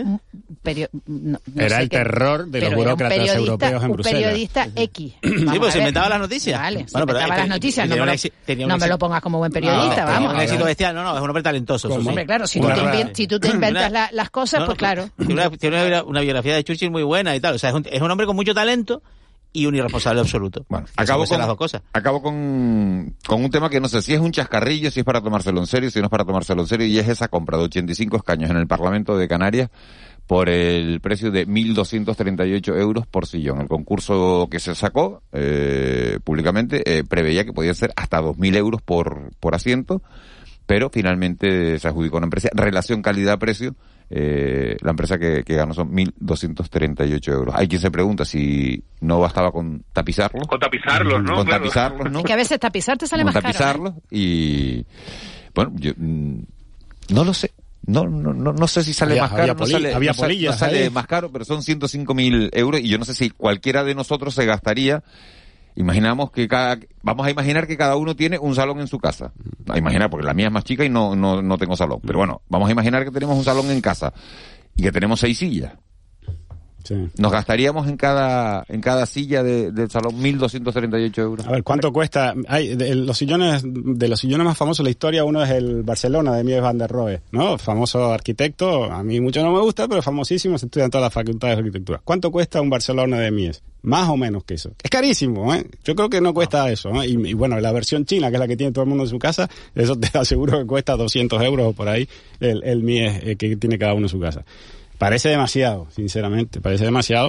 Era el terror de los burócratas europeos en Bruselas. Un periodista X. Sí, pues se inventaba las noticias. Vale, inventaba las noticias, no me lo pongas como buen periodista, vamos. Un éxito bestial, no, es un hombre talentoso. Hombre, claro, si tú te inventas las cosas, pues claro. Tiene una biografía de Churchill muy buena y tal, o sea, es un hombre con mucho talento y un irresponsable absoluto. Bueno, acabo con un tema que no sé si es un chascarrillo, si es para tomárselo en serio, si no es para tomárselo en serio, y es esa compra de 85 escaños en el Parlamento de Canarias por el precio de 1.238 euros por sillón. El concurso que se sacó públicamente preveía que podía ser hasta 2.000 euros por asiento, pero finalmente se adjudicó una empresa, relación calidad-precio. La empresa que ganó son 1.238 euros. Hay quien se pregunta si no bastaba con tapizarlos. Con tapizarlos, ¿no? Es que a veces tapizar te sale más caro. Tapizarlos y... Bueno, yo no lo sé. No sé si sale más caro. No sale más caro, pero son 105.000 euros y yo no sé si cualquiera de nosotros se gastaría. Vamos a imaginar que cada uno tiene un salón en su casa. A imaginar, porque la mía es más chica y no tengo salón. Pero bueno, vamos a imaginar que tenemos un salón en casa y que tenemos 6 sillas. Sí. Nos gastaríamos en cada silla del salón 1.238 euros. A ver, ¿cuánto cuesta? Hay de los sillones más famosos de la historia, uno es el Barcelona de Mies van der Rohe, ¿no? Famoso arquitecto, a mí mucho no me gusta, pero famosísimo, se estudia en todas las facultades de arquitectura. ¿Cuánto cuesta un Barcelona de Mies? Más o menos que eso. Es carísimo, ¿eh? Yo creo que no cuesta eso, ¿eh? Y bueno, la versión china, que es la que tiene todo el mundo en su casa, eso te aseguro que cuesta 200 euros o por ahí el Mies que tiene cada uno en su casa. Parece demasiado, sinceramente, parece demasiado.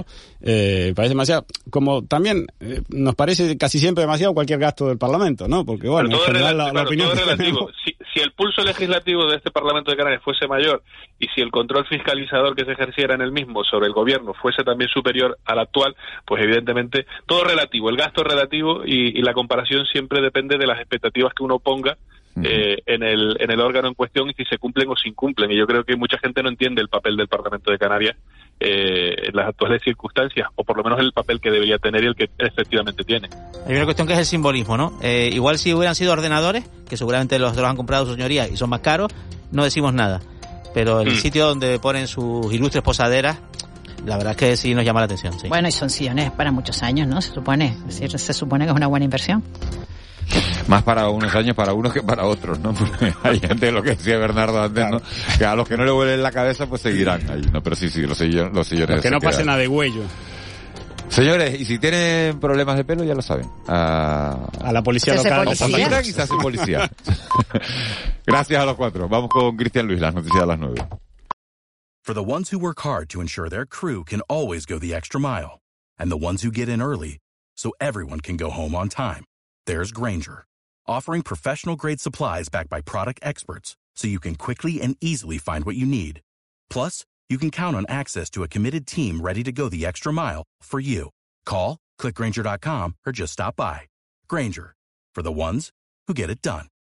Como también nos parece casi siempre demasiado cualquier gasto del Parlamento, ¿no? Porque bueno, en general la opinión todo es relativo. Si el pulso legislativo de este Parlamento de Canarias fuese mayor y si el control fiscalizador que se ejerciera en el mismo sobre el gobierno fuese también superior al actual, pues evidentemente todo es relativo, el gasto es relativo y la comparación siempre depende de las expectativas que uno ponga en el órgano en cuestión y si se cumplen o se incumplen. Y yo creo que mucha gente no entiende el papel del Parlamento de Canarias en las actuales circunstancias, o por lo menos el papel que debería tener y el que efectivamente tiene. Hay una cuestión que es el simbolismo, ¿no? Igual si hubieran sido ordenadores, que seguramente los han comprado sus señorías y son más caros, no decimos nada. Pero el sitio donde ponen sus ilustres posaderas, la verdad es que sí nos llama la atención. Sí. Bueno, y son sillones para muchos años, ¿no? Se supone. Es decir, se supone que es una buena inversión. Más para unos años para unos que para otros, ¿no? Porque hay gente, lo que decía Bernardo antes, ¿no? Que a los que no le huele la cabeza, pues seguirán ahí, ¿no? Pero sí, los sillones que no pase nada de huello. Señores, y si tienen problemas de pelo, ya lo saben. A la policía local. Quizás en policía. Gracias a los cuatro. Vamos con Cristian Luis, las noticias de las 9. For the ones who work hard to ensure their crew can always go the extra mile, and the ones who get in early so everyone can go home on time, there's Grainger, offering professional-grade supplies backed by product experts so you can quickly and easily find what you need. Plus, you can count on access to a committed team ready to go the extra mile for you. Call, click Grainger.com, or just stop by. Grainger, for the ones who get it done.